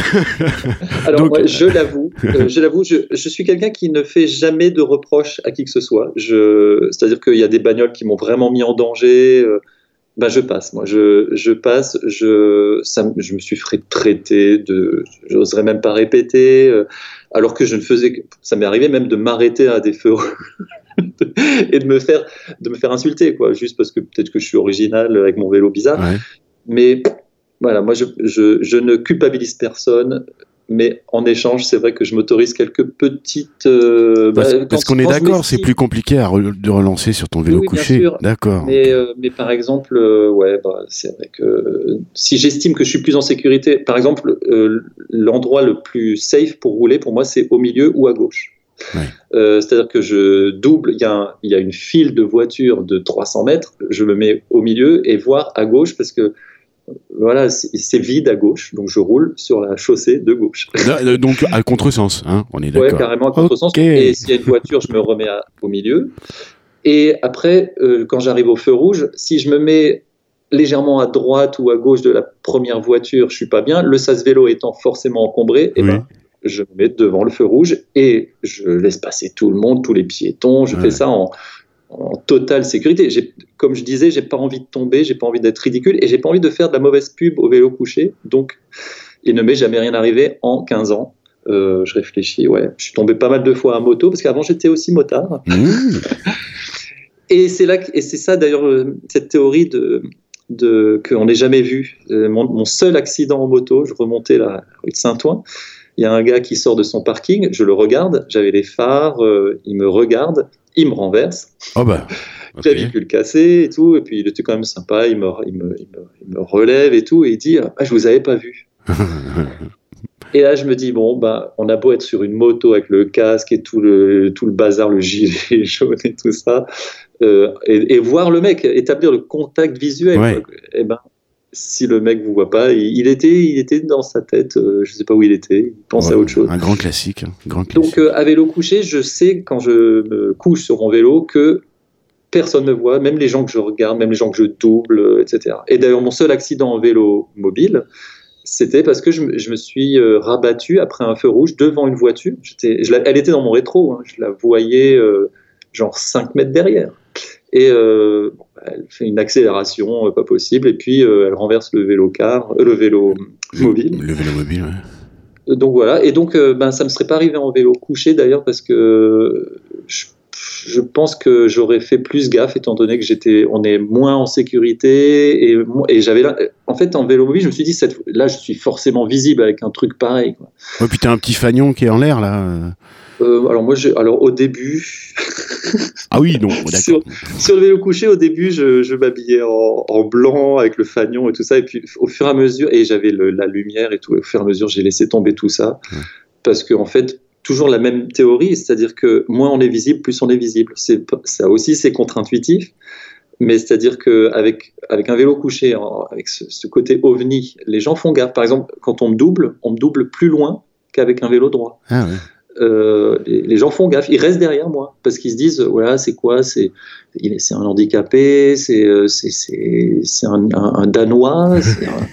Alors Donc... moi, je l'avoue, euh, je, l'avoue je, je suis quelqu'un qui ne fait jamais de reproches à qui que ce soit. Je, c'est-à-dire qu'il y a des bagnoles qui m'ont vraiment mis en danger. Euh, ben je passe, moi, je, je passe, je, ça, je me suis fait traiter de, j'oserais même pas répéter, euh, alors que je ne faisais que, ça m'est arrivé même de m'arrêter à des feux et de me faire, de me faire insulter, quoi, juste parce que peut-être que je suis original avec mon vélo bizarre. Ouais. Mais voilà, moi, je, je, je ne culpabilise personne. Mais en échange, c'est vrai que je m'autorise quelques petites. Euh, parce, bah, parce qu'on est d'accord, c'est plus compliqué à re, de relancer sur ton vélo oui, couché. Bien sûr. D'accord. Mais, euh, mais par exemple, euh, ouais, bah, c'est vrai que euh, si j'estime que je suis plus en sécurité, par exemple, euh, l'endroit le plus safe pour rouler, pour moi, c'est au milieu ou à gauche. Ouais. Euh, c'est-à-dire que je double, il y, y a une file de voitures de trois cents mètres, je me mets au milieu et voire à gauche parce que. Voilà, c'est vide à gauche, donc je roule sur la chaussée de gauche. Donc à contresens, hein, on est d'accord. Ouais, carrément à contresens. Okay. Et s'il y a une voiture, je me remets à, au milieu. Et après, euh, quand j'arrive au feu rouge, si je me mets légèrement à droite ou à gauche de la première voiture, je suis pas bien. Le sas vélo étant forcément encombré, et oui. ben, je me mets devant le feu rouge et je laisse passer tout le monde, tous les piétons. Je ouais. fais ça en en totale sécurité. J'ai, comme je disais, j'ai pas envie de tomber, j'ai pas envie d'être ridicule et j'ai pas envie de faire de la mauvaise pub au vélo couché. Donc, il ne m'est jamais rien arrivé en quinze ans. Euh, je réfléchis, ouais. Je suis tombé pas mal de fois à moto parce qu'avant j'étais aussi motard. Mmh. Et c'est là, que, et c'est ça d'ailleurs cette théorie de, de qu'on n'ait jamais vu. Mon, mon seul accident en moto, je remontais la rue de Saint-Ouen. Il y a un gars qui sort de son parking, je le regarde, j'avais les phares, euh, il me regarde, il me renverse. Oh bah. Okay. Clavicule cassée et tout, et puis il était quand même sympa, il me, il me, il me, il me relève et tout, et il dit ah, je vous avais pas vu. Et là, je me dis, bon, bah, on a beau être sur une moto avec le casque et tout le, tout le bazar, le gilet jaune et tout ça, euh, et, et voir le mec, établir le contact visuel. Ouais. Et ben, si le mec vous voit pas, il, il, était, il était dans sa tête, euh, je sais pas où il était, il pensait ouais, à autre chose. Un grand classique. Hein, grand classique. Donc, euh, à vélo couché, je sais, quand je me couche sur mon vélo, que personne ne me voit, même les gens que je regarde, même les gens que je double, et cetera. Et d'ailleurs, mon seul accident en vélo mobile, c'était parce que je me, je me suis euh, rabattu après un feu rouge devant une voiture. J'étais, je la, elle était dans mon rétro, hein, je la voyais euh, genre cinq mètres derrière. Et euh, elle fait une accélération euh, pas possible, et puis euh, elle renverse le vélo car, euh, le vélo le, mobile. Le vélo mobile, ouais. Donc voilà, et donc euh, ben, ça ne me serait pas arrivé en vélo couché d'ailleurs, parce que je je pense que j'aurais fait plus gaffe étant donné que j'étais, on est moins en sécurité et, et j'avais là, en fait en vélo mobile je me suis dit cette, là je suis forcément visible avec un truc pareil quoi. Ouais, puis t'as un petit fanion qui est en l'air là. Euh, alors moi j'ai, alors au début ah oui non d'accord. sur, sur le vélo couché au début je, je m'habillais en, en blanc avec le fanion et tout ça et puis au fur et à mesure et j'avais le, la lumière et tout et au fur et à mesure j'ai laissé tomber tout ça ouais. Parce que en fait toujours la même théorie, c'est-à-dire que moins on est visible, plus on est visible. C'est, ça aussi, c'est contre-intuitif, mais c'est-à-dire qu'avec avec un vélo couché, avec ce, ce côté ovni, les gens font gaffe. Par exemple, quand on me double, on me double plus loin qu'avec un vélo droit. Ah ouais. Euh, les, les gens font gaffe, ils restent derrière moi parce qu'ils se disent voilà c'est quoi, c'est c'est un handicapé, c'est c'est c'est, c'est un, un, un danois, c'est, un,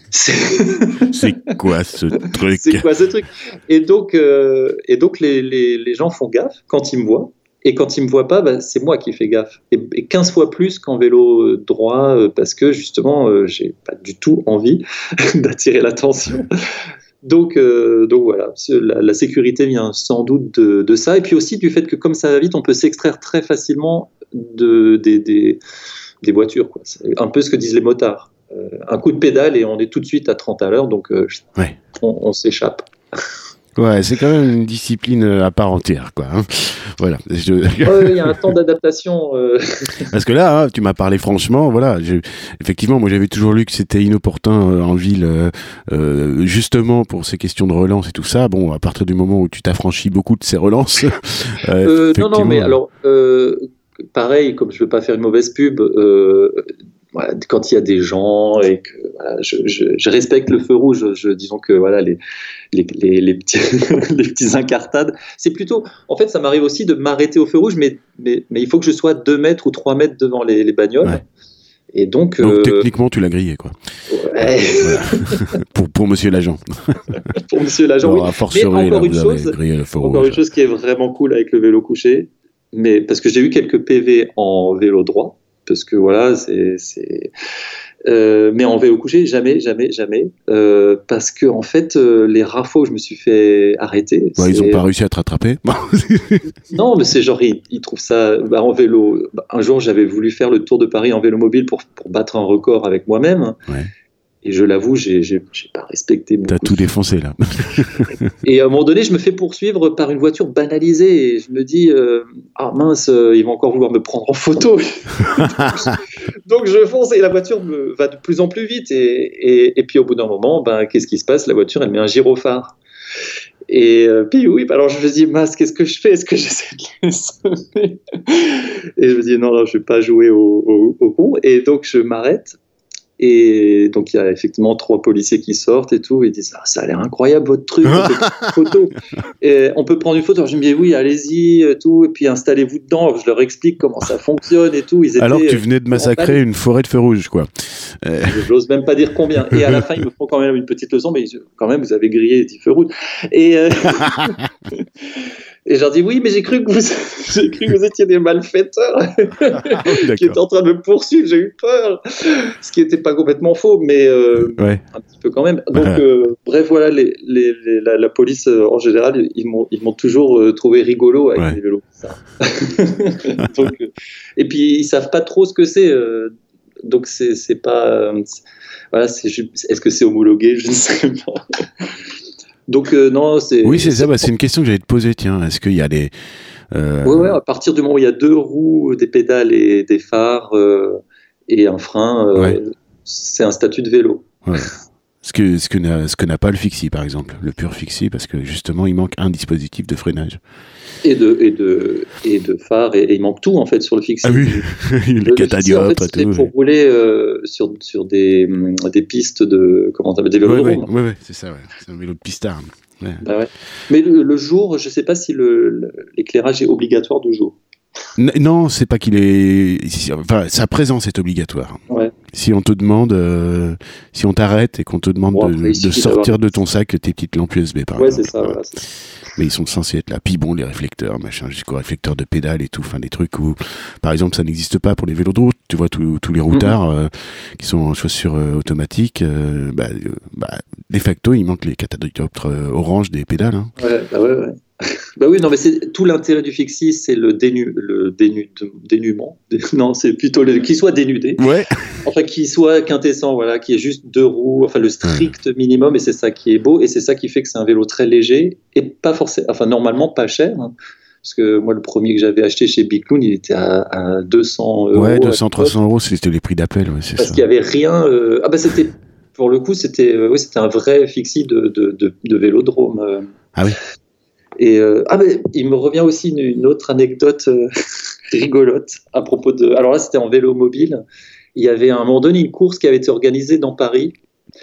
c'est... c'est quoi ce truc c'est quoi ce truc et donc euh, et donc les, les les gens font gaffe quand ils me voient. Et quand ils me voient pas, bah, c'est moi qui fais gaffe. Et, et quinze fois plus qu'en vélo droit, euh, parce que justement, euh, j'ai pas du tout envie d'attirer l'attention. Donc, euh, donc voilà, la, la sécurité vient sans doute de, de ça, et puis aussi du fait que comme ça va vite, on peut s'extraire très facilement de, des, des, des voitures, quoi. C'est un peu ce que disent les motards. Euh, un coup de pédale et on est tout de suite à trente à l'heure, donc euh, ouais. on, on s'échappe. Ouais, c'est quand même une discipline à part entière, quoi. Hein. Voilà. Je... ouais, il y a un temps d'adaptation. Euh... Parce que là, hein, tu m'as parlé franchement, voilà. Je... Effectivement, moi, j'avais toujours lu que c'était inopportun euh, en ville, euh, euh, justement pour ces questions de relance et tout ça. Bon, à partir du moment où tu t'affranchis beaucoup de ces relances. euh, euh, non, non, mais alors, euh, pareil, comme je veux pas faire une mauvaise pub. Euh, Voilà, quand il y a des gens et que voilà, je, je, je respecte le feu rouge, je, disons que voilà les les les, les petits les petits incartades, c'est plutôt en fait ça m'arrive aussi de m'arrêter au feu rouge, mais mais mais il faut que je sois deux mètres ou trois mètres devant les, les bagnoles. Ouais. Et donc, donc euh... techniquement tu l'as grillé quoi. Ouais. Voilà. pour pour Monsieur l'agent. pour Monsieur l'agent. Alors, oui. à fortiori, mais encore là, une vous chose, avez grillé le feu encore rouge. une chose qui est vraiment cool avec le vélo couché, mais parce que j'ai eu quelques P V en vélo droit. Parce que voilà, c'est, c'est... Euh, mais en vélo couché, jamais, jamais, jamais, euh, parce que en fait, euh, les rares fois où je me suis fait arrêter, ouais, ils n'ont pas réussi à te rattraper. Non, mais c'est genre ils, ils trouvent ça bah, en vélo. Bah, un jour, j'avais voulu faire le tour de Paris en vélo mobile pour pour battre un record avec moi-même. Ouais. Et je l'avoue, j'ai, j'ai, j'ai pas respecté beaucoup. T'as tout défoncé, là. Et à un moment donné, je me fais poursuivre par une voiture banalisée. Et je me dis, euh, ah mince, euh, ils vont encore vouloir me prendre en photo. Donc je fonce et la voiture me va de plus en plus vite. Et, et, et puis au bout d'un moment, ben, qu'est-ce qui se passe ? La voiture, elle met un gyrophare. Et euh, puis oui, alors je me dis, mince, qu'est-ce que je fais ? Est-ce que j'essaie de les sonner ? Et je me dis, non, non, je vais pas jouer au, au, au con. Et donc je m'arrête. Et donc il y a effectivement trois policiers qui sortent et tout, et ils disent ah, ça a l'air incroyable votre truc, votre photo. Et on peut prendre une photo. Alors, je me dis oui, allez-y, tout, et puis installez-vous dedans. Alors, je leur explique comment ça fonctionne et tout. Ils étaient, alors que tu venais de massacrer une forêt de feux rouges, quoi. Euh... J'ose même pas dire combien. Et à la fin, ils me font quand même une petite leçon, mais quand même vous avez grillé dix feux rouges. Et euh... Et je leur dis oui, mais j'ai cru que vous, j'ai cru que vous étiez des malfaiteurs Ah, oui, qui étaient en train de me poursuivre. J'ai eu peur, ce qui n'était pas complètement faux, mais euh, ouais. un petit peu quand même. Donc, euh, bref, voilà, les, les, les, la, la police euh, en général, ils m'ont, ils m'ont toujours euh, trouvé rigolo avec ouais. les vélos. Ça. Donc, euh, et puis ils savent pas trop ce que c'est. Euh, donc c'est, c'est pas, euh, c'est, voilà, c'est, est-ce que c'est homologué? Je ne sais pas. Donc euh, non, c'est. Oui, c'est, c'est ça. Bah, c'est une question que j'allais te poser. Tiens, est-ce qu'il y a des. Euh... Ouais, ouais. À partir du moment où il y a deux roues, des pédales et des phares euh, et un frein, euh, ouais. c'est un statut de vélo. Ouais. Ce que ce que n'a ce que n'a pas le Fixie, par exemple, le pur Fixie, parce que justement, il manque un dispositif de freinage. Et de et de et de phare et, et il manque tout en fait sur le Fixie. Ah oui, le, le catadiop, en fait, c'est tout. Pour ouais. rouler euh, sur sur des des pistes de comment t'appelles des vélodromes. Ouais, ouais, ouais, ouais, c'est ça. Ouais. C'est un vélo de pistard. Ouais. Bah ouais. Mais le, le jour, je sais pas si le, le l'éclairage est obligatoire de jour. Non, c'est pas qu'il est. Enfin, sa présence est obligatoire. Ouais. Si on te demande, euh, si on t'arrête et qu'on te demande bon, après, de, de sortir de ton sac tes petites lampes U S B, par ouais, exemple. C'est ça, voilà. Voilà, c'est ça. Mais ils sont censés être là. Puis bon, les réflecteurs, machin, jusqu'aux réflecteurs de pédale et tout. Enfin, des trucs où, par exemple, ça n'existe pas pour les vélos de route. Tu vois, tous, tous les routards mm-hmm. euh, qui sont en chaussures euh, automatiques, euh, bah, euh, bah, de facto, il manque les catadioptres euh, orange des pédales. Hein. Ouais, bah ouais, ouais. Bah oui, non, mais c'est tout l'intérêt du Fixie, c'est le dénu, le dénu, dénuement. Non, c'est plutôt le, qu'il soit dénudé. Ouais. Enfin, qu'il soit quintessent, voilà, qu'il y ait juste deux roues, enfin le strict ouais. minimum, et c'est ça qui est beau, et c'est ça qui fait que c'est un vélo très léger et pas forcément, enfin normalement pas cher. Hein, parce que moi, le premier que j'avais acheté chez Bicloun, il était à, à deux cents euros. Ouais, deux cents, trois cents euros, c'était les prix d'appel, ouais, c'est parce ça. qu'il y avait rien. Euh... Ah bah c'était, pour le coup, c'était, euh, oui, c'était un vrai Fixie de, de, de, de vélodrome. Euh... Ah oui. Et euh, ah ben, il me revient aussi une, une autre anecdote euh, rigolote à propos de. Alors là, c'était en vélo mobile. Il y avait à un moment donné une course qui avait été organisée dans Paris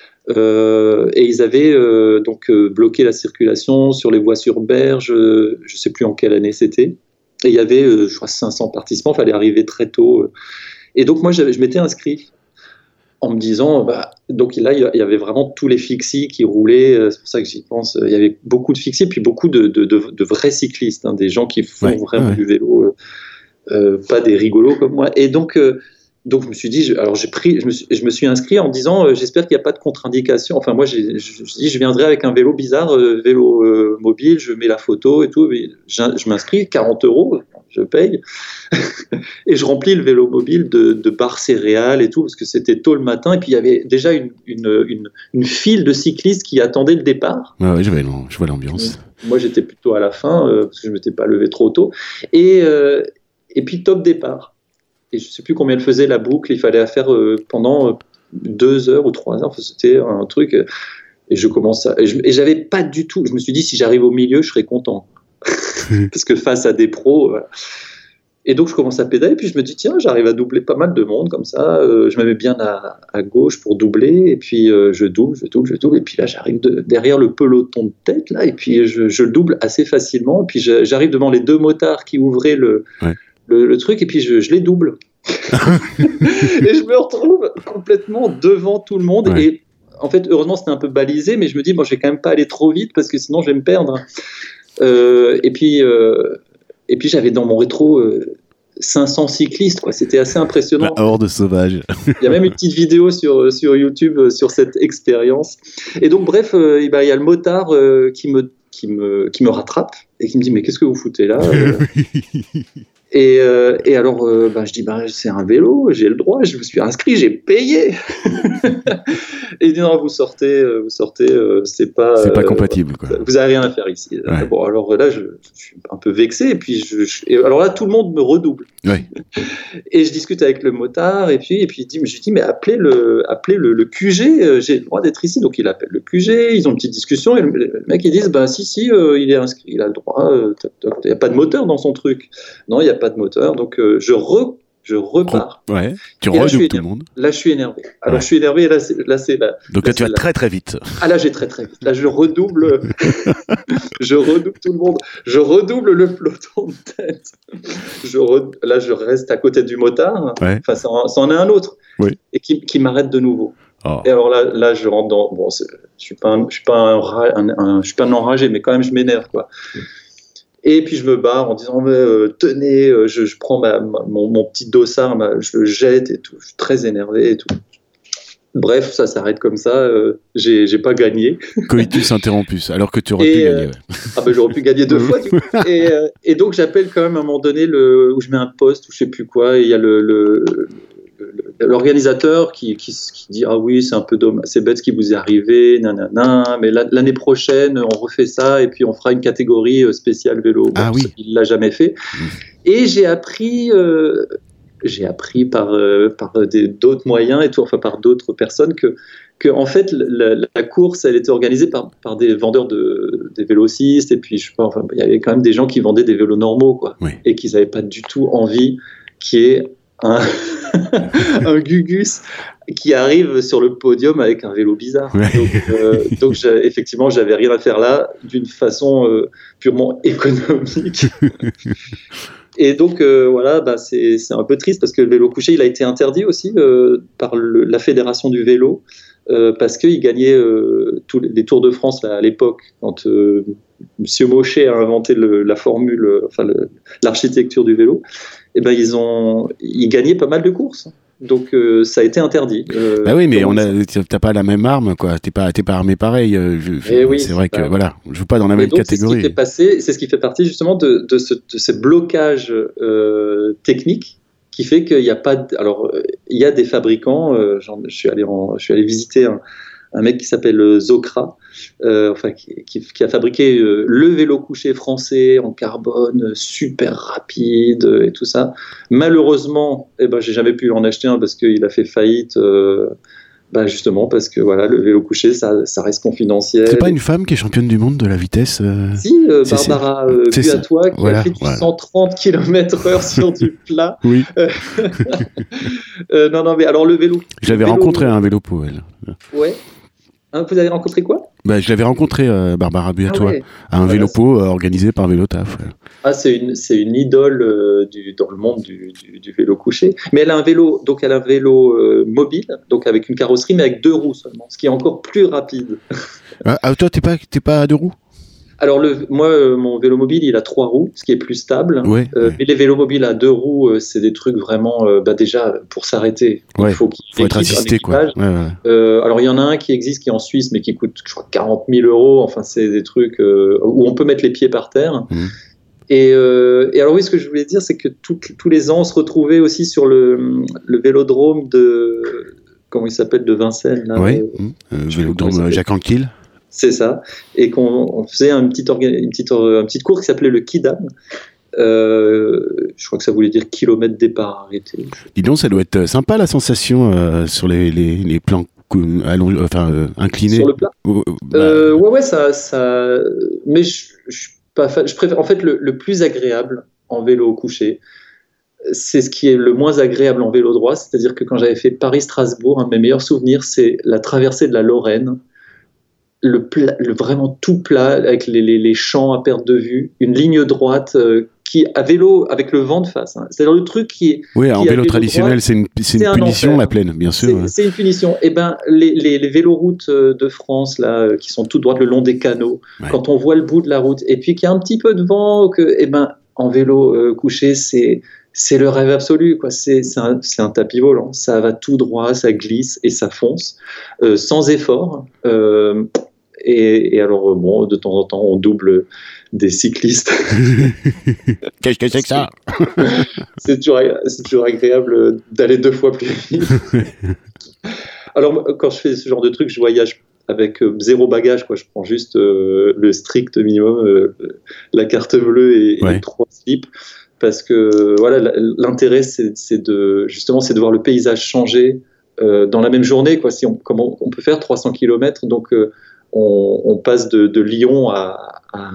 euh, et ils avaient euh, donc euh, bloqué la circulation sur les voies sur berge. Euh, je ne sais plus en quelle année c'était. Et il y avait, euh, je crois, cinq cents participants. Il fallait arriver très tôt. Euh. Et donc moi, je m'étais inscrit. En me disant, bah, donc là, il y avait vraiment tous les Fixie qui roulaient, c'est pour ça que j'y pense, il y avait beaucoup de Fixie, puis beaucoup de, de, de, de vrais cyclistes, hein, des gens qui font ouais, vraiment ouais. du vélo, euh, euh, pas des rigolos comme moi. Et donc, euh, donc je me suis dit, je, alors j'ai pris, je me suis, je me suis inscrit en me disant, euh, j'espère qu'il n'y a pas de contre-indication. Enfin, moi, j'ai, je, je dis, je viendrai avec un vélo bizarre, euh, vélo euh, mobile, je mets la photo et tout, mais je, je m'inscris, quarante euros. Je paye et je remplis le vélo mobile de, de barres céréales et tout parce que c'était tôt le matin et puis il y avait déjà une, une, une, une file de cyclistes qui attendaient le départ. Ouais, ouais, je, vois, je vois l'ambiance. Moi j'étais plutôt à la fin euh, parce que je ne m'étais pas levé trop tôt et, euh, et puis top départ et je ne sais plus combien elle faisait la boucle, il fallait la faire euh, pendant deux heures ou trois heures, enfin, c'était un truc euh, et je commence à, et, je, et j'avais pas du tout, je me suis dit si j'arrive au milieu je serais content. Parce que face à des pros, voilà. Et donc je commence à pédaler, puis je me dis tiens, j'arrive à doubler pas mal de monde comme ça. Euh, je me mets bien à, à gauche pour doubler, et puis euh, je double, je double, je double, et puis là j'arrive de, derrière le peloton de tête là, et puis je, je le double assez facilement, et puis je, j'arrive devant les deux motards qui ouvraient le, ouais. le, le truc, et puis je, je les double. Et je me retrouve complètement devant tout le monde. Ouais. Et en fait, heureusement, c'était un peu balisé, mais je me dis bon, je vais quand même pas aller trop vite parce que sinon je vais me perdre. Euh, et puis, euh, et puis j'avais dans mon rétro euh, cinq cents cyclistes, quoi. C'était assez impressionnant. La horde sauvage. Il y a même une petite vidéo sur, sur YouTube euh, sur cette expérience. Et donc, bref, euh, et ben, il y a le motard euh, qui, me, qui, me, qui me rattrape et qui me dit « Mais qu'est-ce que vous foutez là ?» Et, euh, et alors, euh, ben, je dis, ben, c'est un vélo, j'ai le droit, je me suis inscrit, j'ai payé. Et il dit, non, vous sortez, vous sortez, euh, c'est pas... C'est pas euh, compatible, quoi. Vous avez rien à faire ici. Ouais. Bon, alors là, je, je suis un peu vexé, et puis, je, je, et alors là, tout le monde me redouble. Ouais. Et je discute avec le motard, et puis, et puis il dit, je lui dis, mais appelez le, appelez le, le Q G, euh, j'ai le droit d'être ici. Donc il appelle le Q G, ils ont une petite discussion, et le, le mec, ils disent, ben, si, si, euh, il est inscrit, il a le droit, euh, il n'y a pas de moteur dans son truc. Non, il n'y a pas de moteur, donc euh, je, re, je repars. Ouais, tu redoubles tout le monde. Là, je suis énervé. Alors, ouais. je suis énervé, et là, c'est, là, c'est là. Donc là, là tu vas la... très, très vite. Ah, là, j'ai très, très vite. Là, je redouble, je redouble tout le monde. Je redouble le peloton de tête. Je re... Là, je reste à côté du motard. Ouais. Enfin, ça en, ça en est un autre. Oui. Et qui, qui m'arrête de nouveau. Oh. Et alors là, là, je rentre dans. Bon, c'est... je suis pas, un... je suis pas un... Un... Un... je suis pas un enragé, mais quand même, je m'énerve, quoi. Et puis je me barre en disant mais, euh, tenez, euh, je, je prends ma, ma, mon, mon petit dossard, ma, je le jette et tout. Je suis très énervé et tout. Bref, ça s'arrête comme ça. Euh, j'ai, j'ai pas gagné. Coitus interrompus, alors que tu aurais et pu euh, gagner. Ouais. Ah ben j'aurais pu gagner deux fois. Du coup. Et, euh, et donc j'appelle quand même à un moment donné le, où je mets un post ou je sais plus quoi. Et il y a le, le, le l'organisateur qui, qui, qui dit ah oui c'est un peu dommage, c'est bête ce qui vous est arrivé, nanana, mais la, l'année prochaine on refait ça et puis on fera une catégorie spéciale vélo. Bon, ah oui. Il l'a jamais fait. Mmh. Et j'ai appris. Euh, j'ai appris par, euh, par des, d'autres moyens et tout, enfin par d'autres personnes que, que en fait la, la course elle était organisée par, par des vendeurs de des vélocistes et puis je sais pas, enfin il y avait quand même des gens qui vendaient des vélos normaux quoi, oui. Et qu'ils n'avaient pas du tout envie qu'il y ait un, un Gugus qui arrive sur le podium avec un vélo bizarre. Ouais. Donc, euh, donc j'ai, effectivement j'avais rien à faire là d'une façon euh, purement économique. Et donc, euh, voilà, bah, c'est, c'est un peu triste parce que le vélo couché, il a été interdit aussi euh, par le, la Fédération du vélo euh, parce qu'il gagnait euh, tous les Tours de France là, à l'époque, quand euh, M. Mochet a inventé le, la formule, euh, enfin le, l'architecture du vélo. Et ben, ils, ont, ils gagnaient pas mal de courses. Donc euh, ça a été interdit. Euh, bah oui, mais on a, t'as pas la même arme, quoi. T'es pas, t'es pas armé pareil. Je, je, oui, c'est vrai c'est que voilà, je joue pas dans la même donc, catégorie. C'est ce qui fait passer, c'est ce qui fait partie justement de, de, ce, de ces blocages euh, techniques qui fait qu'il n'y a pas. De, alors il y a des fabricants. Euh, genre, je suis allé, en, je suis allé visiter un, un mec qui s'appelle Zocra, euh, enfin qui, qui, qui a fabriqué euh, le vélo couché français en carbone, super rapide euh, et tout ça. Malheureusement, eh ben j'ai jamais pu en acheter un parce qu'il a fait faillite. Euh, bah justement parce que voilà le vélo couché ça, ça reste confidentiel. C'est pas une femme qui est championne du monde de la vitesse euh... Si, euh, Barbara euh, Buatois qui voilà, a fait du voilà. cent trente kilomètres heure sur du plat. Oui. euh, non non mais alors le vélo. J'avais le vélo, rencontré un vélo pour elle. Ouais. Hein, vous avez rencontré quoi? Bah, je l'avais rencontré, euh, Barbara Buatois, ah ouais. à un voilà, Vélopo euh, organisé par Vélotaf. Ouais. Ah, c'est une, c'est une idole euh, du, dans le monde du, du, du vélo couché. Mais elle a un vélo, donc elle a un vélo euh, mobile, donc avec une carrosserie, mais avec deux roues seulement, ce qui est encore plus rapide. Ah, ah toi, t'es pas, t'es pas à deux roues? Alors, le, moi, euh, mon vélo mobile, il a trois roues, ce qui est plus stable. Ouais, euh, ouais. Mais les vélos mobiles à deux roues, euh, c'est des trucs vraiment, euh, bah, déjà, pour s'arrêter. Ouais, il faut, qu'il faut être assisté, quoi. Ouais, ouais. Euh, alors, il y en a un qui existe, qui est en Suisse, mais qui coûte, je crois, quarante mille euros. Enfin, c'est des trucs euh, où on peut mettre les pieds par terre. Mmh. Et, euh, et alors, oui, ce que je voulais dire, c'est que tout, tous les ans, on se retrouvait aussi sur le, le vélodrome de. Comment il s'appelle, de Vincennes là, Oui, euh, mmh. euh, vélodrome Jacques Anquetil. C'est ça, et qu'on on faisait une petite, orga, une petite, une petite course qui s'appelait le Kidam. Euh, je crois que ça voulait dire kilomètre départ arrêté. Dis donc, ça doit être sympa la sensation euh, sur les, les, les plans allons, enfin, euh, inclinés. Sur le plat oh, oh, bah... euh, Ouais, ouais, ça. ça... Mais je, je, pas fan. je préfère. En fait, le, le plus agréable en vélo couché, c'est ce qui est le moins agréable en vélo droit. C'est-à-dire que quand j'avais fait Paris-Strasbourg, un de mes meilleurs souvenirs, c'est la traversée de la Lorraine. Le, pla, le vraiment tout plat avec les, les, les champs à perte de vue, une ligne droite euh, qui à vélo avec le vent de face. Hein. C'est-à-dire le truc qui est. Oui, en vélo, vélo droit, traditionnel, c'est une, c'est c'est une punition enfer. La plaine, bien sûr. C'est, ouais. c'est une punition. Et ben les, les, les véloroutes de France là, qui sont toutes droites le long des canaux, ouais. Quand on voit le bout de la route et puis qu'il y a un petit peu de vent, que et ben en vélo euh, couché c'est c'est le rêve absolu, quoi. C'est, c'est, un, c'est un tapis volant. Ça va tout droit, ça glisse et ça fonce euh, sans effort. Euh, Et, et alors, bon, de temps en temps, on double des cyclistes. Qu'est-ce que c'est que ça? c'est, toujours, c'est toujours agréable d'aller deux fois plus vite. Alors, quand je fais ce genre de truc, je voyage avec euh, zéro bagage, quoi. Je prends juste euh, le strict minimum, euh, la carte bleue et, ouais. et trois slips. Parce que, voilà, l'intérêt, c'est, c'est de, justement, c'est de voir le paysage changer euh, dans la même journée, quoi. Si on, comment on peut faire trois cents kilomètres, donc... Euh, On, on passe de, de Lyon à, à,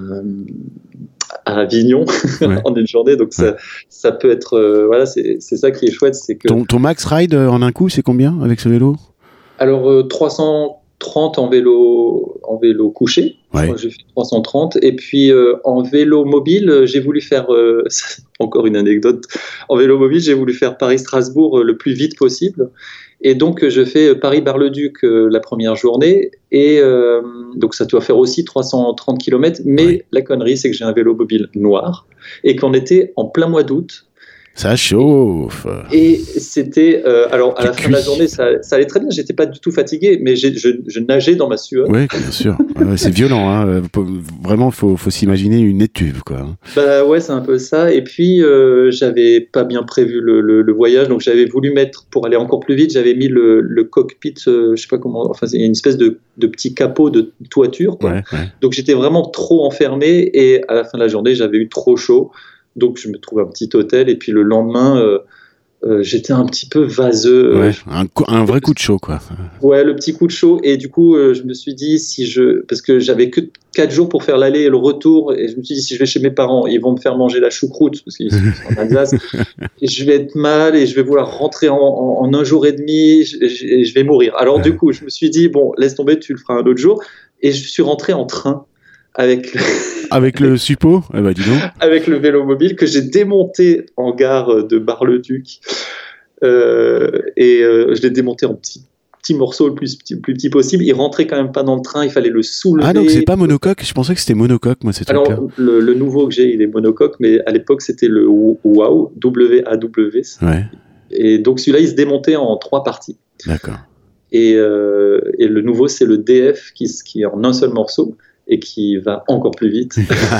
à Avignon ouais. en une journée, donc ça, ouais. ça peut être euh, voilà, c'est, c'est ça qui est chouette, c'est que ton, ton max ride en un coup, c'est combien avec ce vélo? Alors euh, trois cent trente en vélo en vélo couché, ouais. Je crois que j'ai fait trois cent trente, et puis euh, en vélo mobile, j'ai voulu faire euh, encore une anecdote. En vélo mobile, j'ai voulu faire Paris-Strasbourg euh, le plus vite possible. Et donc, je fais Paris-Bar-le-Duc euh, la première journée. Et euh, donc, ça doit faire aussi trois cent trente kilomètres. Mais ouais. La connerie, c'est que j'ai un vélo mobile noir et qu'on était en plein mois d'août. Ça chauffe. Et c'était... Euh, alors, à tu la fin de la journée, ça, ça allait très bien. J'étais pas du tout fatigué, mais j'ai, je, je nageais dans ma sueur. Oui, bien sûr. Ouais, c'est violent. Hein. Vraiment, il faut, faut s'imaginer une étuve, quoi. Bah ouais, c'est un peu ça. Et puis, euh, j'avais pas bien prévu le, le, le voyage. Donc, j'avais voulu mettre, pour aller encore plus vite, j'avais mis le, le cockpit, euh, je sais pas comment... Enfin, c'est une espèce de, de petit capot de toiture, quoi. Ouais, ouais. Donc, j'étais vraiment trop enfermé. Et à la fin de la journée, j'avais eu trop chaud. Donc, je me trouve un petit hôtel. Et puis, le lendemain, euh, euh, j'étais un petit peu vaseux. Ouais, un, coup, un vrai coup de chaud, quoi. Ouais, le petit coup de chaud. Et du coup, euh, je me suis dit, si je... Parce que j'avais que quatre jours pour faire l'aller et le retour. Et je me suis dit, si je vais chez mes parents, ils vont me faire manger la choucroute, parce qu'ils sont en Alsace. Et je vais être mal et je vais vouloir rentrer en, en, en un jour et demi. Et je, et je vais mourir. Alors, ouais. Du coup, je me suis dit, bon, laisse tomber, tu le feras un autre jour. Et je suis rentré en train. Avec le... avec le suppo, eh ben, dis donc. Avec le vélo mobile que j'ai démonté en gare de Bar-le-Duc. Euh, et euh, je l'ai démonté en petits, petits morceaux le plus, plus petit possible. Il rentrait quand même pas dans le train, il fallait le soulever. Ah donc c'est pas monocoque, je pensais que c'était monocoque, moi, c'est Alors, le, le nouveau que j'ai, il est monocoque, mais à l'époque, c'était le WOW, W A W. Ouais. Et donc celui-là, il se démontait en trois parties. D'accord. Et, euh, et le nouveau, c'est le D F qui, qui est en un seul morceau. Et qui va encore plus vite.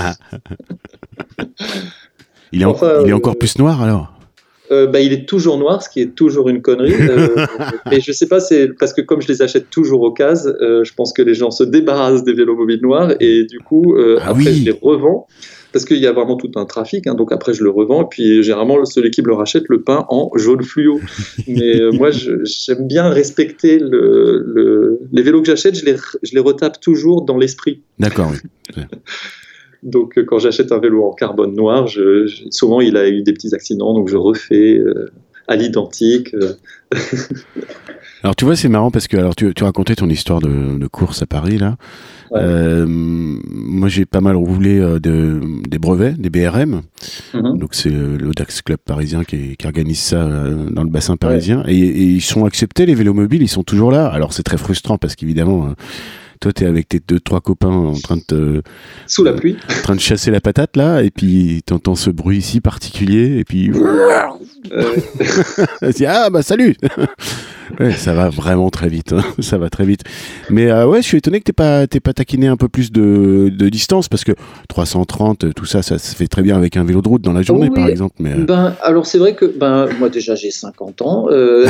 il, est en, enfin, il est encore euh, plus noir alors euh, bah, il est toujours noir, ce qui est toujours une connerie. Euh, mais je sais pas, c'est parce que comme je les achète toujours au cas, euh, je pense que les gens se débarrassent des vélos mobiles noirs et du coup, euh, ah, après oui. Je les revends. Parce qu'il y a vraiment tout un trafic, hein, donc après je le revends, et puis généralement celui qui me le rachète le peint en jaune fluo. Mais euh, moi je, j'aime bien respecter le, le, les vélos que j'achète, je les, je les retape toujours dans l'esprit. D'accord, oui. Donc euh, quand j'achète un vélo en carbone noir, je, je, souvent il a eu des petits accidents, donc je refais euh, à l'identique. Euh. Alors tu vois, c'est marrant parce que alors tu, tu racontais ton histoire de, de course à Paris là. Ouais. Euh, moi j'ai pas mal roulé euh, de, des brevets, des B R M. Mm-hmm. Donc c'est euh, l'Audax Club parisien qui, qui organise ça euh, dans le bassin parisien. Ouais. Et, et ils sont acceptés, les vélos mobiles, ils sont toujours là. Alors c'est très frustrant parce qu'évidemment, euh, toi t'es avec tes deux trois copains en train de te sous la pluie, en train de chasser la patate là, et puis t'entends ce bruit si particulier, et puis euh... ah bah salut. Ouais, ça va vraiment très vite, hein. Ça va très vite. Mais euh, ouais, je suis étonné que t'aies pas, t'aies pas taquiné un peu plus de, de distance, parce que trois cent trente, tout ça, ça se fait très bien avec un vélo de route dans la journée, oui, par exemple. Mais euh... ben, alors c'est vrai que ben, moi déjà j'ai cinquante ans. Euh...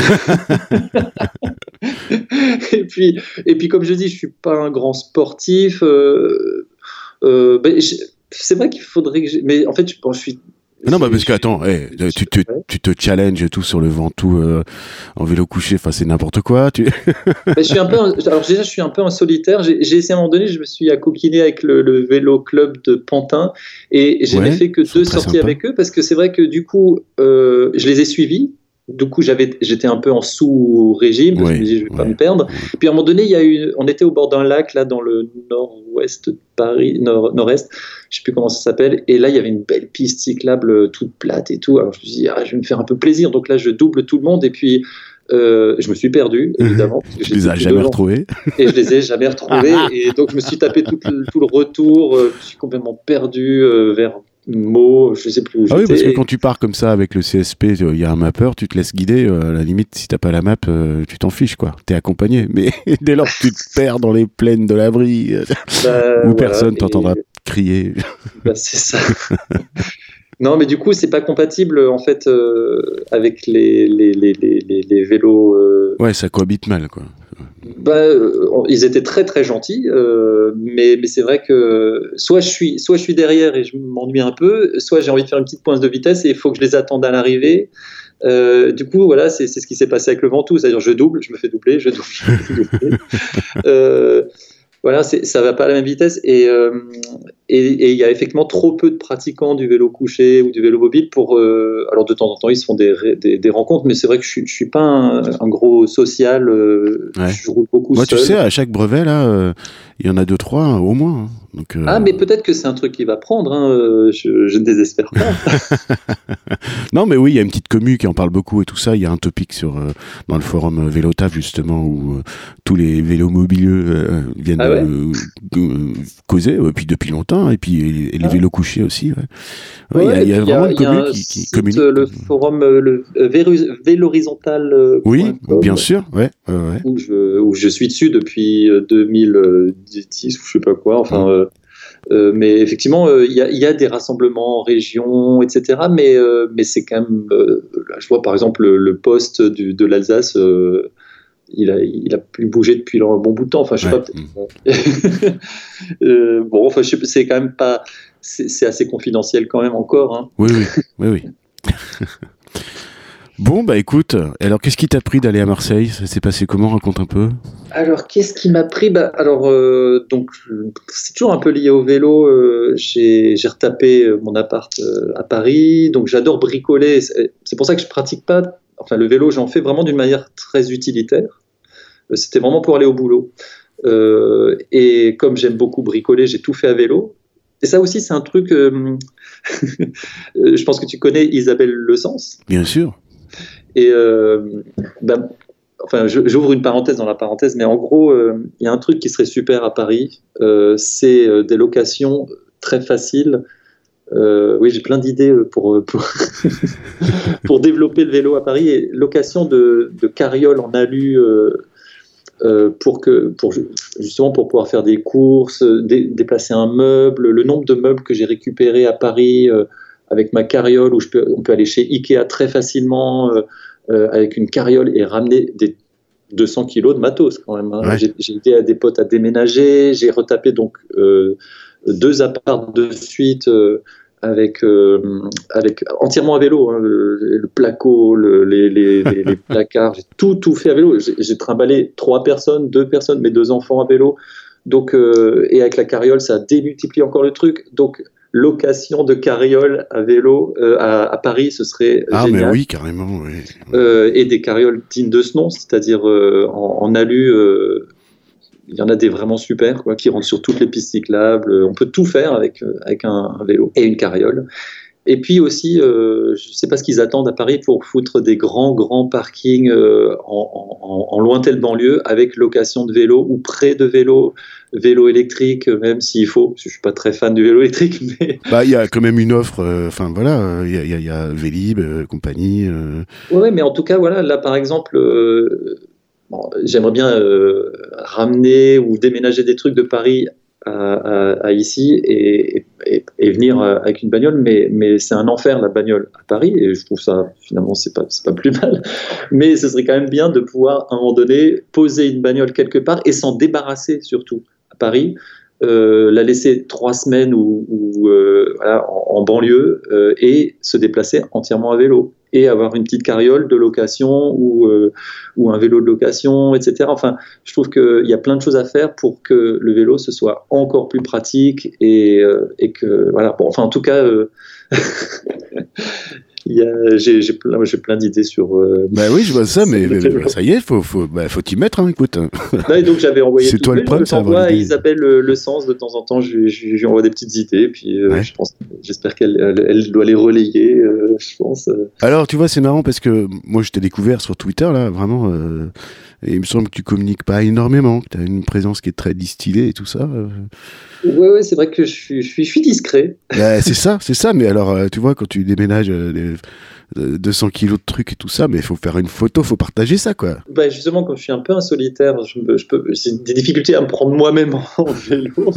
et, puis, et puis comme je dis, je suis pas un grand sportif. Euh... Euh, ben, c'est vrai qu'il faudrait que j'ai... Mais en fait, je, bon, je suis... Non, bah parce que attends, hey, tu, te, tu te challenges tout sur le Ventoux euh, en vélo couché, enfin c'est n'importe quoi. Tu... bah, je suis un peu, un, alors déjà je suis un peu un solitaire. J'ai, j'ai essayé à un moment donné, je me suis accoquiné avec le, le vélo club de Pantin et je n'ai ouais, fait que deux sorties sympa. Avec eux parce que c'est vrai que du coup euh, je les ai suivis. Du coup, j'avais, j'étais un peu en sous-régime, parce oui, que je me disais, je vais oui, pas me perdre. Oui. Puis à un moment donné, il y a eu, on était au bord d'un lac, là, dans le nord-ouest de Paris, nord, nord-est, je sais plus comment ça s'appelle, et là, il y avait une belle piste cyclable toute plate et tout. Alors je me suis dit, ah, je vais me faire un peu plaisir. Donc là, je double tout le monde, et puis euh, je me suis perdu, évidemment. Parce que je les ai jamais retrouvés. Et je les ai jamais retrouvés. Et donc, je me suis tapé tout le, tout le retour, euh, je suis complètement perdu euh, vers... mots, je sais plus où ah oui, parce que quand tu pars comme ça avec le C S P, il y a un mappeur, tu te laisses guider, euh, à la limite, si t'as pas la map, euh, tu t'en fiches, quoi. T'es accompagné. Mais dès lors que tu te perds dans les plaines de l'abri, euh, bah, où voilà, personne t'entendra et... crier. Bah, c'est ça. Non, mais du coup, c'est pas compatible, en fait, euh, avec les, les, les, les, les vélos. Euh... Ouais, ça cohabite mal, quoi. Bah, euh, ils étaient très très gentils, euh, mais, mais c'est vrai que soit je, suis, soit je suis derrière et je m'ennuie un peu, soit j'ai envie de faire une petite pointe de vitesse et il faut que je les attende à l'arrivée. Euh, du coup, voilà, c'est, c'est ce qui s'est passé avec le Ventoux, c'est-à-dire je double, je me fais doubler, je double, je me fais doubler. euh, Voilà, c'est, ça va pas à la même vitesse et euh, et il y a effectivement trop peu de pratiquants du vélo couché ou du vélo mobile pour. Euh, alors de temps en temps ils se font des, des, des rencontres, mais c'est vrai que je suis je suis pas un, un gros social. Euh, ouais. Je roule beaucoup Moi, seul. tu sais, à chaque brevet là, euh, il y en a deux, trois hein, au moins. Hein. Donc, euh... Ah, mais peut-être que c'est un truc qui va prendre, hein. je, je ne désespère pas. Non, mais oui, il y a une petite commu qui en parle beaucoup et tout ça. Il y a un topic sur, euh, dans le forum Vélotaf, justement, où euh, tous les vélos mobilieux euh, viennent ah ouais euh, euh, causer, et puis depuis longtemps, et puis et, et les ah. vélos couchés aussi. Ouais. Ouais, il ouais, y, y a vraiment une commu qui, qui communique. Le forum le vélo horizontal. Euh, oui, com, bien sûr, ouais, ouais, ouais. Où, je, où je suis dessus depuis deux mille dix ou je sais pas quoi, enfin... Ouais. Euh, Euh, mais effectivement, il euh, y, y a des rassemblements en région, et cetera. Mais, euh, mais c'est quand même. Euh, là, je vois par exemple le, le poste du, de l'Alsace, euh, il, a, il a plus bougé depuis un bon bout de temps. Enfin, je sais ouais. pas. euh, bon, enfin, je sais, c'est quand même pas. C'est, c'est assez confidentiel quand même encore. Hein. Oui, oui, oui, oui. Bon, bah écoute, alors qu'est-ce qui t'a pris d'aller à Marseille ? Ça s'est passé comment ? Raconte un peu. Alors, qu'est-ce qui m'a pris ? Bah, alors, euh, donc, c'est toujours un peu lié au vélo. Euh, j'ai, j'ai retapé mon appart euh, à Paris, donc j'adore bricoler. C'est, c'est pour ça que je pratique pas. Enfin, le vélo, j'en fais vraiment d'une manière très utilitaire. Euh, c'était vraiment pour aller au boulot. Euh, et comme j'aime beaucoup bricoler, j'ai tout fait à vélo. Et ça aussi, c'est un truc. Euh, je pense que tu connais Isabelle Le Sens. Bien sûr. Et euh, ben, enfin, je, j'ouvre une parenthèse dans la parenthèse, mais en gros, il euh, y a un truc qui serait super à Paris, euh, c'est euh, des locations très faciles. Euh, oui, j'ai plein d'idées pour pour, pour développer le vélo à Paris. Et location de, de carrioles en alu euh, euh, pour que pour justement pour pouvoir faire des courses, dé, déplacer un meuble. Le nombre de meubles que j'ai récupérés à Paris. Euh, avec ma carriole, où je peux, on peut aller chez Ikea très facilement euh, euh, avec une carriole et ramener des deux cents kilos de matos quand même. Hein. Ouais. J'ai, j'ai aidé à des potes à déménager, j'ai retapé donc euh, deux apparts de suite euh, avec, euh, avec entièrement à vélo, hein, le, le placo, le, les, les, les, les placards, j'ai tout, tout fait à vélo. J'ai, j'ai trimballé trois personnes, deux personnes, mes deux enfants à vélo. Donc, euh, et avec la carriole, ça a démultiplié encore le truc. Donc, location de carrioles à vélo euh, à, à Paris, ce serait ah, génial. Ah, mais oui, carrément, oui. Euh, et des carrioles dignes de ce nom, c'est-à-dire euh, en, en alu, euh, il y en a des vraiment super, quoi, qui rentrent sur toutes les pistes cyclables. On peut tout faire avec, avec un, un vélo et une carriole. Et puis aussi, euh, je ne sais pas ce qu'ils attendent à Paris pour foutre des grands, grands parkings euh, en, en, en lointaine banlieue avec location de vélo ou près de vélo, vélo électrique, même s'il faut. Parce que je ne suis pas très fan du vélo électrique. Mais... Bah, il y a quand même une offre, enfin euh, voilà, il y, y, y a Vélib, euh, compagnie. Euh... Oui, mais en tout cas, voilà, là par exemple, euh, bon, j'aimerais bien euh, ramener ou déménager des trucs de Paris À, à, à ici et, et, et venir avec une bagnole, mais, mais c'est un enfer la bagnole à Paris et je trouve ça finalement c'est pas, c'est pas plus mal, mais ce serait quand même bien de pouvoir à un moment donné poser une bagnole quelque part et s'en débarrasser surtout à Paris, euh, la laisser trois semaines ou, ou euh, voilà, en, en banlieue euh, et se déplacer entièrement à vélo et avoir une petite carriole de location ou, euh, ou un vélo de location, et cetera. Enfin, je trouve qu'il y a plein de choses à faire pour que le vélo, ce soit encore plus pratique et, euh, et que, voilà, bon, enfin, en tout cas, euh, il y a, j'ai, j'ai, plein, j'ai plein d'idées sur... Euh, bah oui, je vois ça, mais, mais, mais ça y est, il faut, faut, bah, faut t'y mettre, hein, écoute. Là, et donc, j'avais envoyé... C'est toi le problème, ça va. Isabelle le, le sens, de temps en temps, je, je, je lui envoie des petites idées, puis euh, ouais. je pense, j'espère qu'elle elle, elle doit les relayer, euh, je pense. Euh. Alors, tu vois, c'est marrant, parce que moi, je t'ai découvert sur Twitter, là, vraiment... Euh, et il me semble que tu communiques pas énormément, que tu as une présence qui est très distillée et tout ça. Euh... Ouais, ouais, c'est vrai que je suis, je suis, je suis discret. Bah, c'est ça, c'est ça. Mais alors, euh, tu vois, quand tu déménages euh, les, euh, deux cents kilos de trucs et tout ça, mais il faut faire une photo, faut partager ça, quoi. Bah, justement, comme je suis un peu un solitaire, je, me, je peux, j'ai des difficultés à me prendre moi-même en vélo.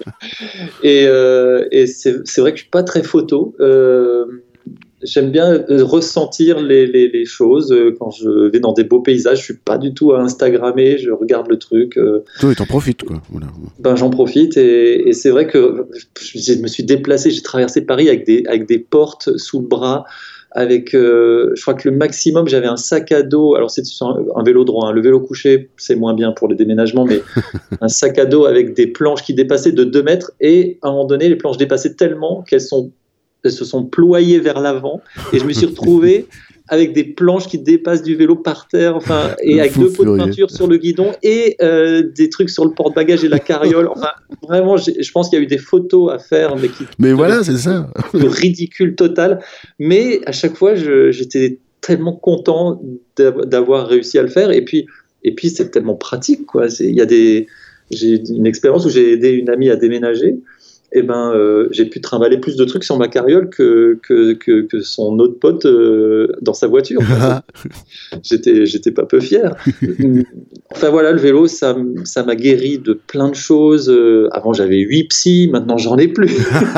et euh, et c'est, c'est vrai que je suis pas très photo. Euh, J'aime bien ressentir les, les, les choses quand je vais dans des beaux paysages. Je suis pas du tout à Instagrammer, je regarde le truc. Toi, et t'en profites, quoi. Voilà. Ben, j'en profite et, et c'est vrai que je me suis déplacé, j'ai traversé Paris avec des, avec des portes sous le bras, avec, euh, je crois que le maximum, j'avais un sac à dos. Alors c'est un, un vélo droit, hein. Le vélo couché, c'est moins bien pour les déménagements, mais un sac à dos avec des planches qui dépassaient de deux mètres et à un moment donné, les planches dépassaient tellement qu'elles sont elles se sont ployées vers l'avant et je me suis retrouvé avec des planches qui dépassent du vélo par terre, enfin, et avec deux pots de peinture sur le guidon et euh, des trucs sur le porte-bagages et la carriole. Enfin, vraiment, je pense qu'il y a eu des photos à faire, mais qui. Mais voilà, c'est ça. Le ridicule total. Mais à chaque fois, je, j'étais tellement content d'avoir réussi à le faire. Et puis, et puis c'est tellement pratique, quoi. Il y a des. J'ai une expérience où j'ai aidé une amie à déménager. Eh ben, euh, j'ai pu trimballer plus de trucs sur ma carriole que, que, que, que son autre pote euh, dans sa voiture. j'étais, j'étais pas peu fier. Enfin voilà, le vélo, ça, ça m'a guéri de plein de choses. Euh, avant, j'avais huit psys, maintenant, j'en ai plus.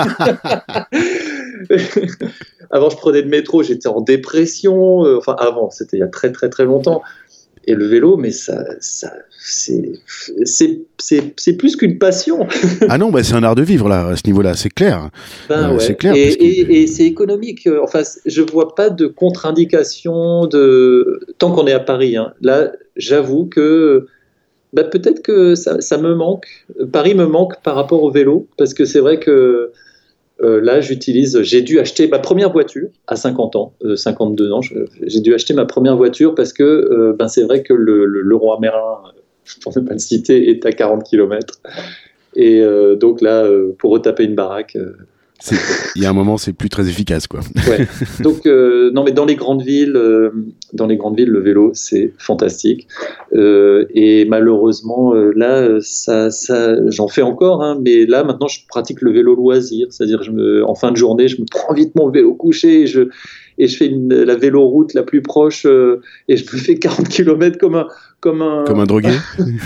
Avant, je prenais le métro, j'étais en dépression. Euh, enfin, avant, c'était il y a très, très, très longtemps. Et le vélo, mais ça, ça c'est, c'est, c'est, c'est plus qu'une passion. Ah non, bah c'est un art de vivre là, à ce niveau-là, c'est clair. Ben euh, ouais. C'est clair. Et, parce que... et, et c'est économique. Enfin, je vois pas de contre-indication de tant qu'on est à Paris. Hein. Là, j'avoue que bah, peut-être que ça, ça me manque. Paris me manque par rapport au vélo, parce que c'est vrai que Euh, là, j'utilise, j'ai dû acheter ma première voiture à cinquante ans, euh, cinquante-deux ans. Je, j'ai dû acheter ma première voiture parce que euh, ben, c'est vrai que le, le, le Roi Merlin, pour ne pas le citer, est à quarante kilomètres. Et euh, donc là, euh, pour retaper une baraque. Euh, c'est, il y a un moment, c'est plus très efficace, quoi. Ouais. Donc, euh, non, mais dans les grandes villes, euh, dans les grandes villes, le vélo, c'est fantastique. Euh, et malheureusement, euh, là, ça, ça, j'en fais encore, hein, mais là, maintenant, je pratique le vélo loisir. C'est-à-dire, je me, en fin de journée, je me prends vite mon vélo couché et je, et je fais une, la véloroute la plus proche euh, et je me fais quarante kilomètres comme un, comme un, comme un drogué.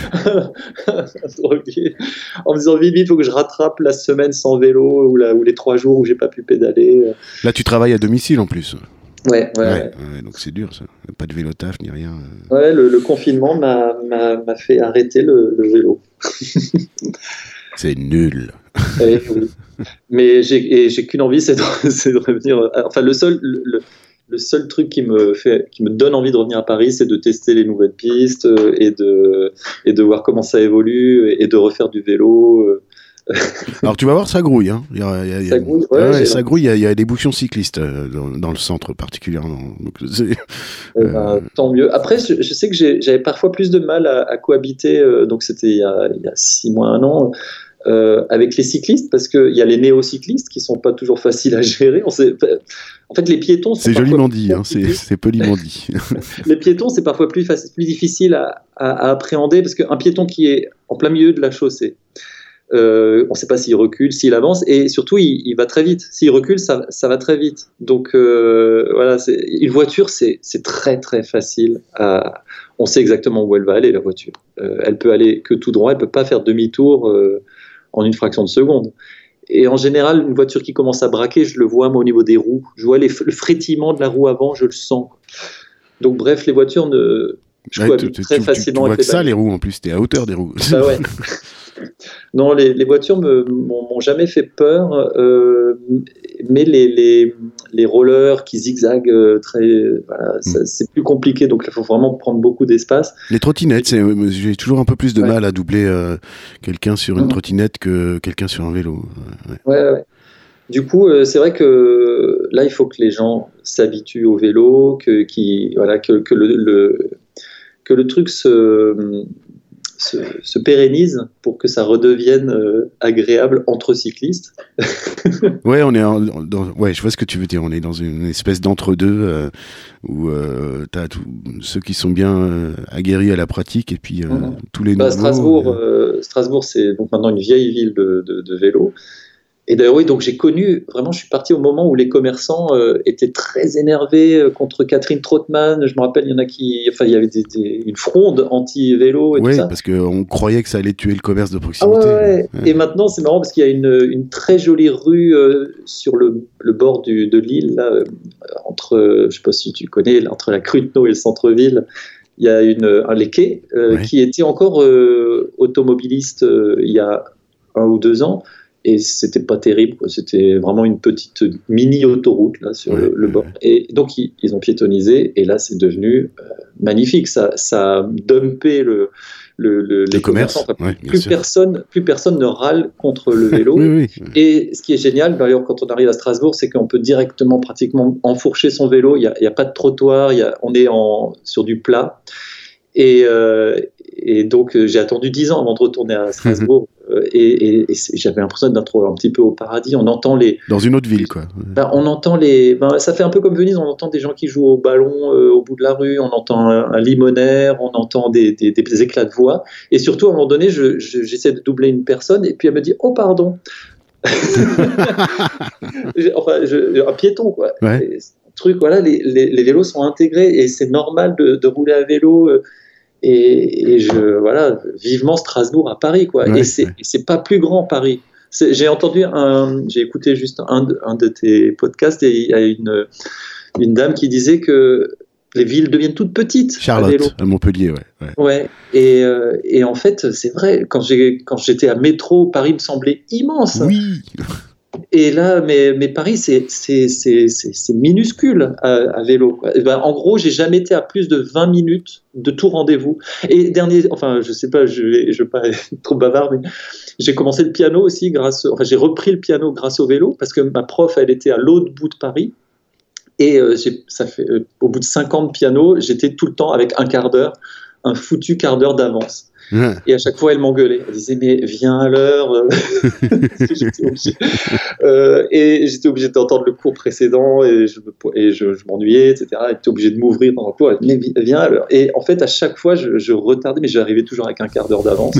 un drogué. En me disant, vite, vite, il faut que je rattrape la semaine sans vélo ou, la, ou les trois jours où j'ai pas pu pédaler. Là, tu travailles à domicile en plus. Ouais, ouais, ouais, ouais. ouais. Donc c'est dur, ça. Pas de vélo taf ni rien. Ouais, le, le confinement m'a, m'a, m'a fait arrêter le, le vélo. C'est nul. Et, oui. Mais j'ai, et j'ai qu'une envie, c'est de, c'est de revenir. Enfin, le seul, le, le seul truc qui me fait, qui me donne envie de revenir à Paris, c'est de tester les nouvelles pistes et de, et de voir comment ça évolue et de refaire du vélo. Alors tu vas voir, ça grouille. Hein. Il y a, il y a, il y a... Ça grouille, ouais, ouais, ça grouille. Il y, a, il y a des bouchons cyclistes dans, dans le centre particulièrement. Donc, c'est, euh, ben, tant mieux. Après, je, je sais que j'ai, j'avais parfois plus de mal à, à cohabiter. Euh, donc c'était il y, a, il y a six mois, un an. Euh, avec les cyclistes, parce qu'il y a les néo-cyclistes qui sont pas toujours faciles à gérer. On sait, en fait, les piétons sont c'est joliment dit, hein, c'est, c'est poliment dit. Les piétons, c'est parfois plus, facile, plus difficile à, à, à appréhender, parce qu'un piéton qui est en plein milieu de la chaussée, euh, on ne sait pas s'il recule, s'il avance, et surtout, il, il va très vite. S'il recule, ça, ça va très vite. Donc, euh, voilà, c'est, une voiture, c'est, c'est très, très facile à... On sait exactement où elle va aller, la voiture. Euh, elle peut aller que tout droit, elle ne peut pas faire demi-tour euh, en une fraction de seconde. Et en général, une voiture qui commence à braquer, je le vois moi, au niveau des roues. Je vois les, le frétillement de la roue avant, je le sens. Donc bref, les voitures, ne, je ouais, cohabite tu, très tu, facilement tu, tu avec les ça, les roues, en plus, t'es à hauteur des roues. Bah ouais. Non, les, les voitures me, m'ont, m'ont jamais fait peur, euh, mais les, les, les rollers qui zigzaguent euh, très, voilà, mm. ça, c'est plus compliqué, donc il faut vraiment prendre beaucoup d'espace. Les trottinettes, c'est, j'ai toujours un peu plus de ouais. mal à doubler euh, quelqu'un sur une mm. trottinette que quelqu'un sur un vélo. Ouais, ouais. ouais. Du coup, euh, c'est vrai que là, il faut que les gens s'habituent au vélo, que, qui, voilà, que, que, le, le, que le truc se... Se, se pérennise pour que ça redevienne euh, agréable entre cyclistes. Ouais, on est en, dans, ouais, je vois ce que tu veux dire. On est dans une espèce d'entre-deux euh, où euh, t'as tout, ceux qui sont bien euh, aguerris à la pratique et puis euh, mmh. tous les bah, nouveaux. Strasbourg, euh... Euh, Strasbourg, c'est donc maintenant une vieille ville de, de, de vélo. Et d'ailleurs, oui, donc j'ai connu, vraiment, je suis parti au moment où les commerçants euh, étaient très énervés euh, contre Catherine Trottmann. Je me rappelle, il y en a qui, enfin, il y avait des, des, une fronde anti-vélo et oui, tout ça. Oui, parce qu'on croyait que ça allait tuer le commerce de proximité. Ah ouais, ouais. Ouais. Et maintenant, c'est marrant parce qu'il y a une, une très jolie rue euh, sur le, le bord du, de l'île, là, euh, entre, euh, je sais pas si tu connais, là, entre la Cruteno et le centre-ville. Il y a une, un quai euh, ouais. qui était encore euh, automobiliste euh, il y a un ou deux ans. Et c'était pas terrible, quoi. C'était vraiment une petite mini autoroute là sur ouais, le, le bord. Ouais. Et donc ils, ils ont piétonnisé et là c'est devenu euh, magnifique. Ça, ça a dumpé le, le, le, les le commerce. Enfin, Ouais, plus, personne, plus personne ne râle contre le vélo. oui, oui. Et ce qui est génial, d'ailleurs, quand on arrive à Strasbourg, c'est qu'on peut directement, pratiquement, enfourcher son vélo. Il n'y a, a pas de trottoir, il y a, on est en, sur du plat. Et, euh, et donc, euh, j'ai attendu dix ans avant de retourner à Strasbourg. euh, et, et, et j'avais l'impression d'être un petit peu au paradis. On entend les. Dans une autre ville, quoi. Ben, on entend les. Ben, ça fait un peu comme Venise. On entend des gens qui jouent au ballon euh, au bout de la rue. On entend un, un limonaire. On entend des, des, des éclats de voix. Et surtout, à un moment donné, je, je, j'essaie de doubler une personne. Et puis, elle me dit: oh, pardon. Enfin, je, un piéton, quoi. Ouais. Et, truc, voilà, les, les, les vélos sont intégrés et c'est normal de, de rouler à vélo. Euh, Et, et je, voilà, vivement Strasbourg à Paris, quoi. Ouais, et c'est, ouais. c'est pas plus grand Paris. C'est, j'ai entendu un, j'ai écouté juste un, un de tes podcasts et il y a une, une dame qui disait que les villes deviennent toutes petites Charlotte, à vélo. à Montpellier, ouais. ouais. Ouais. Et, euh, et en fait, c'est vrai. Quand j'ai, quand j'étais à métro, Paris me semblait immense. Oui. Et là, mais, mais Paris, c'est, c'est, c'est, c'est, c'est minuscule à, à vélo, quoi. Et ben, en gros, j'ai jamais été à plus de vingt minutes de tout rendez-vous. Et dernier, enfin, je sais pas, je vais, je vais pas être trop bavard, mais j'ai commencé le piano aussi grâce, enfin, j'ai repris le piano grâce au vélo parce que ma prof, elle était à l'autre bout de Paris. Et euh, j'ai, ça fait, euh, au bout de cinq ans de piano, j'étais tout le temps avec un quart d'heure, un foutu quart d'heure d'avance. Ouais. Et à chaque fois, elle m'engueulait. Elle disait: mais viens à l'heure. j'étais obligé. Euh, et j'étais obligé d'entendre le cours précédent et je, et je, je m'ennuyais, et cetera. J'étais obligé de m'ouvrir pendant le cours. Elle disait: mais viens à l'heure. Et en fait, à chaque fois, je, je retardais, mais j'arrivais toujours avec un quart d'heure d'avance.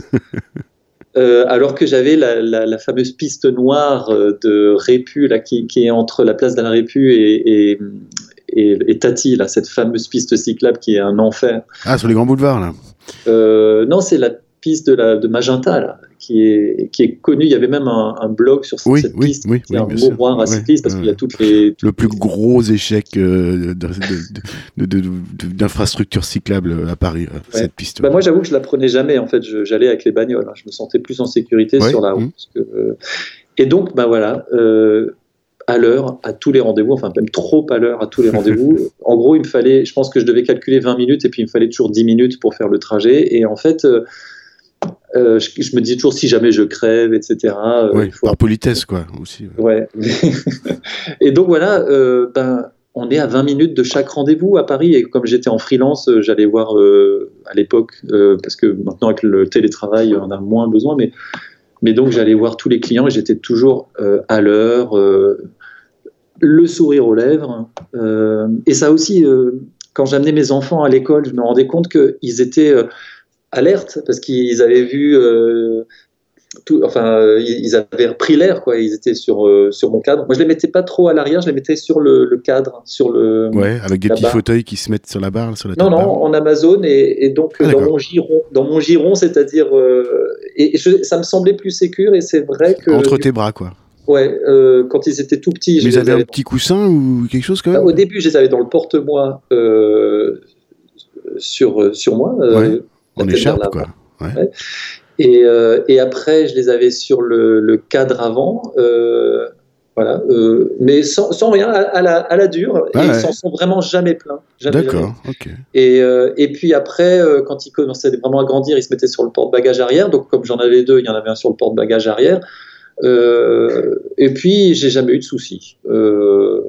Euh, alors que j'avais la, la, la fameuse piste noire de Répu, là, qui, qui est entre la place de la Répu et, et, et, et Tati, là, cette fameuse piste cyclable qui est un enfer. Ah, sur les grands boulevards, là. Euh, non, c'est la piste de, la, de Magenta, là, qui est, qui est connue. Il y avait même un, un blog sur cette, Oui, cette oui, piste, oui, qui est oui, un bien sûr. mouroir à Ouais, cyclistes, parce ouais. qu'il y a toutes les... Le plus gros échec euh, de, de, de, de, de, de, d'infrastructure cyclable à Paris, ouais. Cette piste. Bah, moi, j'avoue que je la prenais jamais. En fait, je, j'allais avec les bagnoles. Hein. Je me sentais plus en sécurité Ouais, sur la route. mmh. Parce que, euh... Et donc, bah voilà, euh, à l'heure, à tous les rendez-vous, enfin même trop à l'heure à tous les rendez-vous. En gros, il me fallait, je pense que je devais calculer vingt minutes et puis il me fallait toujours dix minutes pour faire le trajet. Et en fait, euh, euh, je, je me disais toujours si jamais je crève, et cetera. Euh, Oui, il faut... par politesse, quoi, aussi. Ouais. Ouais. Et donc voilà, euh, ben, on est à vingt minutes de chaque rendez-vous à Paris. Et comme j'étais en freelance, euh, j'allais voir euh, à l'époque, euh, parce que maintenant avec le télétravail, on a moins besoin, mais, mais donc j'allais voir tous les clients et j'étais toujours euh, à l'heure, euh, le sourire aux lèvres. Euh, et ça aussi, euh, quand j'amenais mes enfants à l'école, je me rendais compte qu'ils étaient euh, alertes parce qu'ils avaient vu... Euh, Tout, enfin, euh, ils avaient repris l'air, quoi. Ils étaient sur euh, sur mon cadre. Moi, je les mettais pas trop à l'arrière, je les mettais sur le, le cadre, sur le. Ouais, avec des petits barre. fauteuils qui se mettent sur la barre, sur la Non, non, barre. en Amazon et, et donc Ah, dans d'accord. mon giron, dans mon giron, c'est-à-dire euh, et je, ça me semblait plus sécure et c'est vrai que. Entre tes bras, quoi. Ouais, euh, quand ils étaient tout petits. Mais je ils les avaient avais un petit coussin ou quelque chose, quand dans- même. Au début, je les avais dans le porte-moi euh, sur sur moi. Euh, Ouais, la en tête écharpe, vers quoi. l'avant. Ouais. Ouais. Et, euh, et après, je les avais sur le, le cadre avant, euh, voilà, euh, mais sans, sans rien, à, à, la, à la dure, Ah et ouais. ils s'en sont vraiment jamais plaints. Jamais, D'accord, ok. jamais. Et, euh, et puis après, euh, quand ils commençaient vraiment à grandir, ils se mettaient sur le porte-bagages arrière, donc comme j'en avais deux, il y en avait un sur le porte-bagages arrière, euh, et puis j'ai jamais eu de soucis. Euh,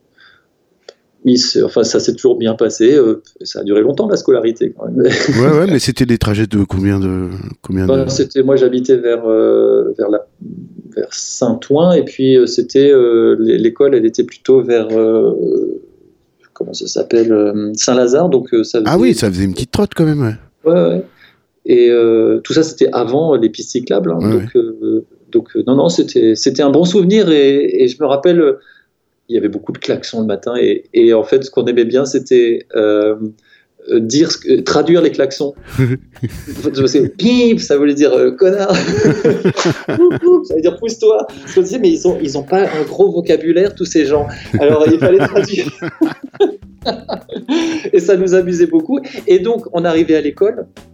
il s'est- enfin, ça s'est toujours bien passé, euh, ça a duré longtemps la scolarité quand même. Ouais, ouais, mais c'était des trajets de combien de. Combien Ben, de... c'était, moi, j'habitais vers, euh, vers, la, vers Saint-Ouen, et puis euh, c'était euh, l'école, elle était plutôt vers euh, comment ça s'appelle, euh, Saint-Lazare, donc euh, ça faisait, Ah oui, ça faisait une petite trotte quand même, ouais. ouais, ouais. Et euh, tout ça, c'était avant les pistes cyclables, hein, Ouais, donc, euh, donc euh, non, non, c'était, c'était un bon souvenir, et, et je me rappelle, euh, il y avait beaucoup de klaxons le matin, et, et en fait, ce qu'on aimait bien, c'était euh, euh, dire, ce que- traduire les klaxons. C'est bip, ça voulait dire euh, connard. Oup, oup, ça veut dire pousse-toi. Parce qu'on disait, mais ils ont, ils ont pas un gros vocabulaire, tous ces gens. Alors il fallait traduire. Et ça nous amusait beaucoup. Et donc, on arrivait à l'école.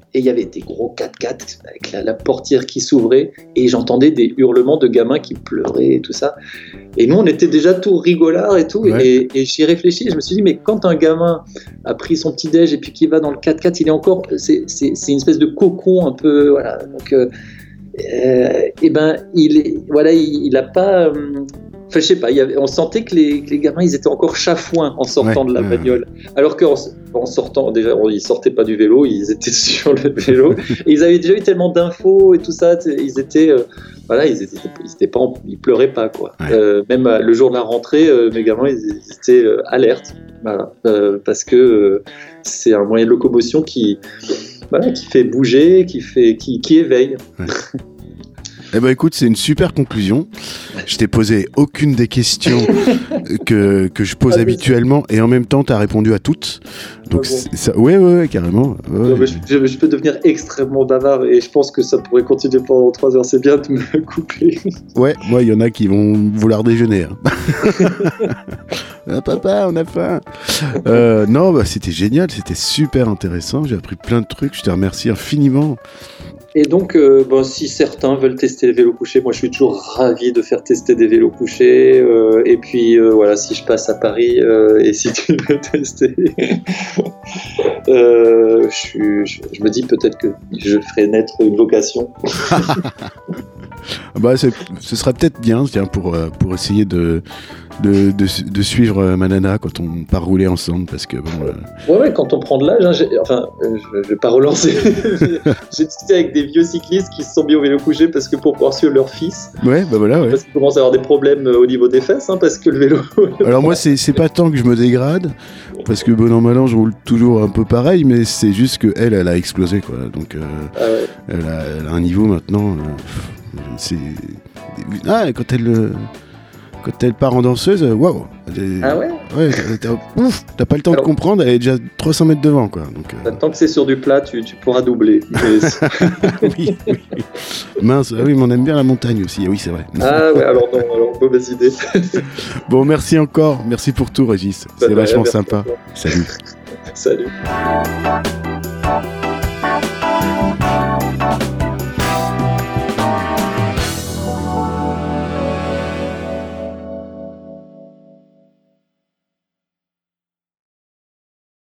et il y avait des gros quatre-quatre avec la, la portière qui s'ouvrait, et j'entendais des hurlements de gamins qui pleuraient et tout ça. Et nous, on était déjà tout rigolards et tout, ouais. et, et j'y réfléchis, je me suis dit, mais quand un gamin a pris son petit-déj et puis qu'il va dans le quatre-quatre, il est encore, c'est, c'est, c'est une espèce de cocon un peu, voilà, donc, euh, euh, et ben, il est, voilà, il, il a pas... Euh, Enfin, je sais pas, il y avait, on sentait que les, que les gamins, ils étaient encore chafouins en sortant ouais, de la ouais, bagnole. Ouais. Alors qu'en en sortant, déjà, ils sortaient pas du vélo, ils étaient sur le vélo. Et ils avaient déjà eu tellement d'infos et tout ça, ils étaient, euh, voilà, ils étaient, ils étaient pas, ils pleuraient pas, quoi. Ouais. Euh, même euh, le jour de la rentrée, euh, mes gamins, ils, ils étaient euh, alertes, voilà, euh, parce que euh, c'est un moyen de locomotion qui, voilà, qui fait bouger, qui fait, qui, qui éveille. Ouais. Eh ben écoute, c'est une super conclusion. Je t'ai posé aucune des questions que, que je pose ah, habituellement et en même temps tu as répondu à toutes. Donc ah bon. ça, ouais, ouais, ouais, carrément. Ouais. Non, mais je, je, je peux devenir extrêmement bavard et je pense que ça pourrait continuer pendant trois heures. C'est bien de me couper. Ouais, moi il y en a qui vont vouloir déjeuner. Hein. Ah, papa, on a faim. Euh, non, bah, c'était génial, c'était super intéressant. J'ai appris plein de trucs. Je te remercie infiniment. Et donc, euh, bon, si certains veulent tester les vélos couchés, moi je suis toujours ravi de faire tester des vélos couchés. Euh, et puis euh, voilà, si je passe à Paris euh, et si tu veux tester, euh, je, suis, je, je me dis peut-être que je ferai naître une vocation. Bah, c'est, ce serait peut-être bien tiens, pour, pour essayer de, de, de, de suivre ma nana quand on part rouler ensemble. Parce que, bon, euh... ouais, ouais, quand on prend de l'âge, hein, j'ai, enfin, euh, je ne vais pas relancer. j'ai, j'ai discuté avec des vieux cyclistes qui se sont mis au vélo couché parce que pour pouvoir suivre leur fils. Ouais, bah voilà, ouais. Parce qu'ils commencent à avoir des problèmes au niveau des fesses, hein, parce que le vélo. Alors, moi, c'est, c'est pas tant que je me dégrade, parce que bon an, mal an, je roule toujours un peu pareil, mais c'est juste qu'elle, elle a explosé, quoi. Donc, euh, ah ouais. elle, a, elle a un niveau maintenant. Euh, C'est... Ah, quand elle, quand elle part en danseuse, waouh! Ah ouais? Ouais, t'as, ouf, t'as pas le temps Alors, de comprendre, elle est déjà trois cents mètres devant, quoi. Donc, euh... Tant que c'est sur du plat, tu, tu pourras doubler. oui, oui. Mince, ah oui, mais on aime bien la montagne aussi, oui, c'est vrai. Ah ouais, alors non, alors mauvaise idée. Bon, merci encore, merci pour tout, Régis. Bah, c'est vachement sympa. Salut. Salut.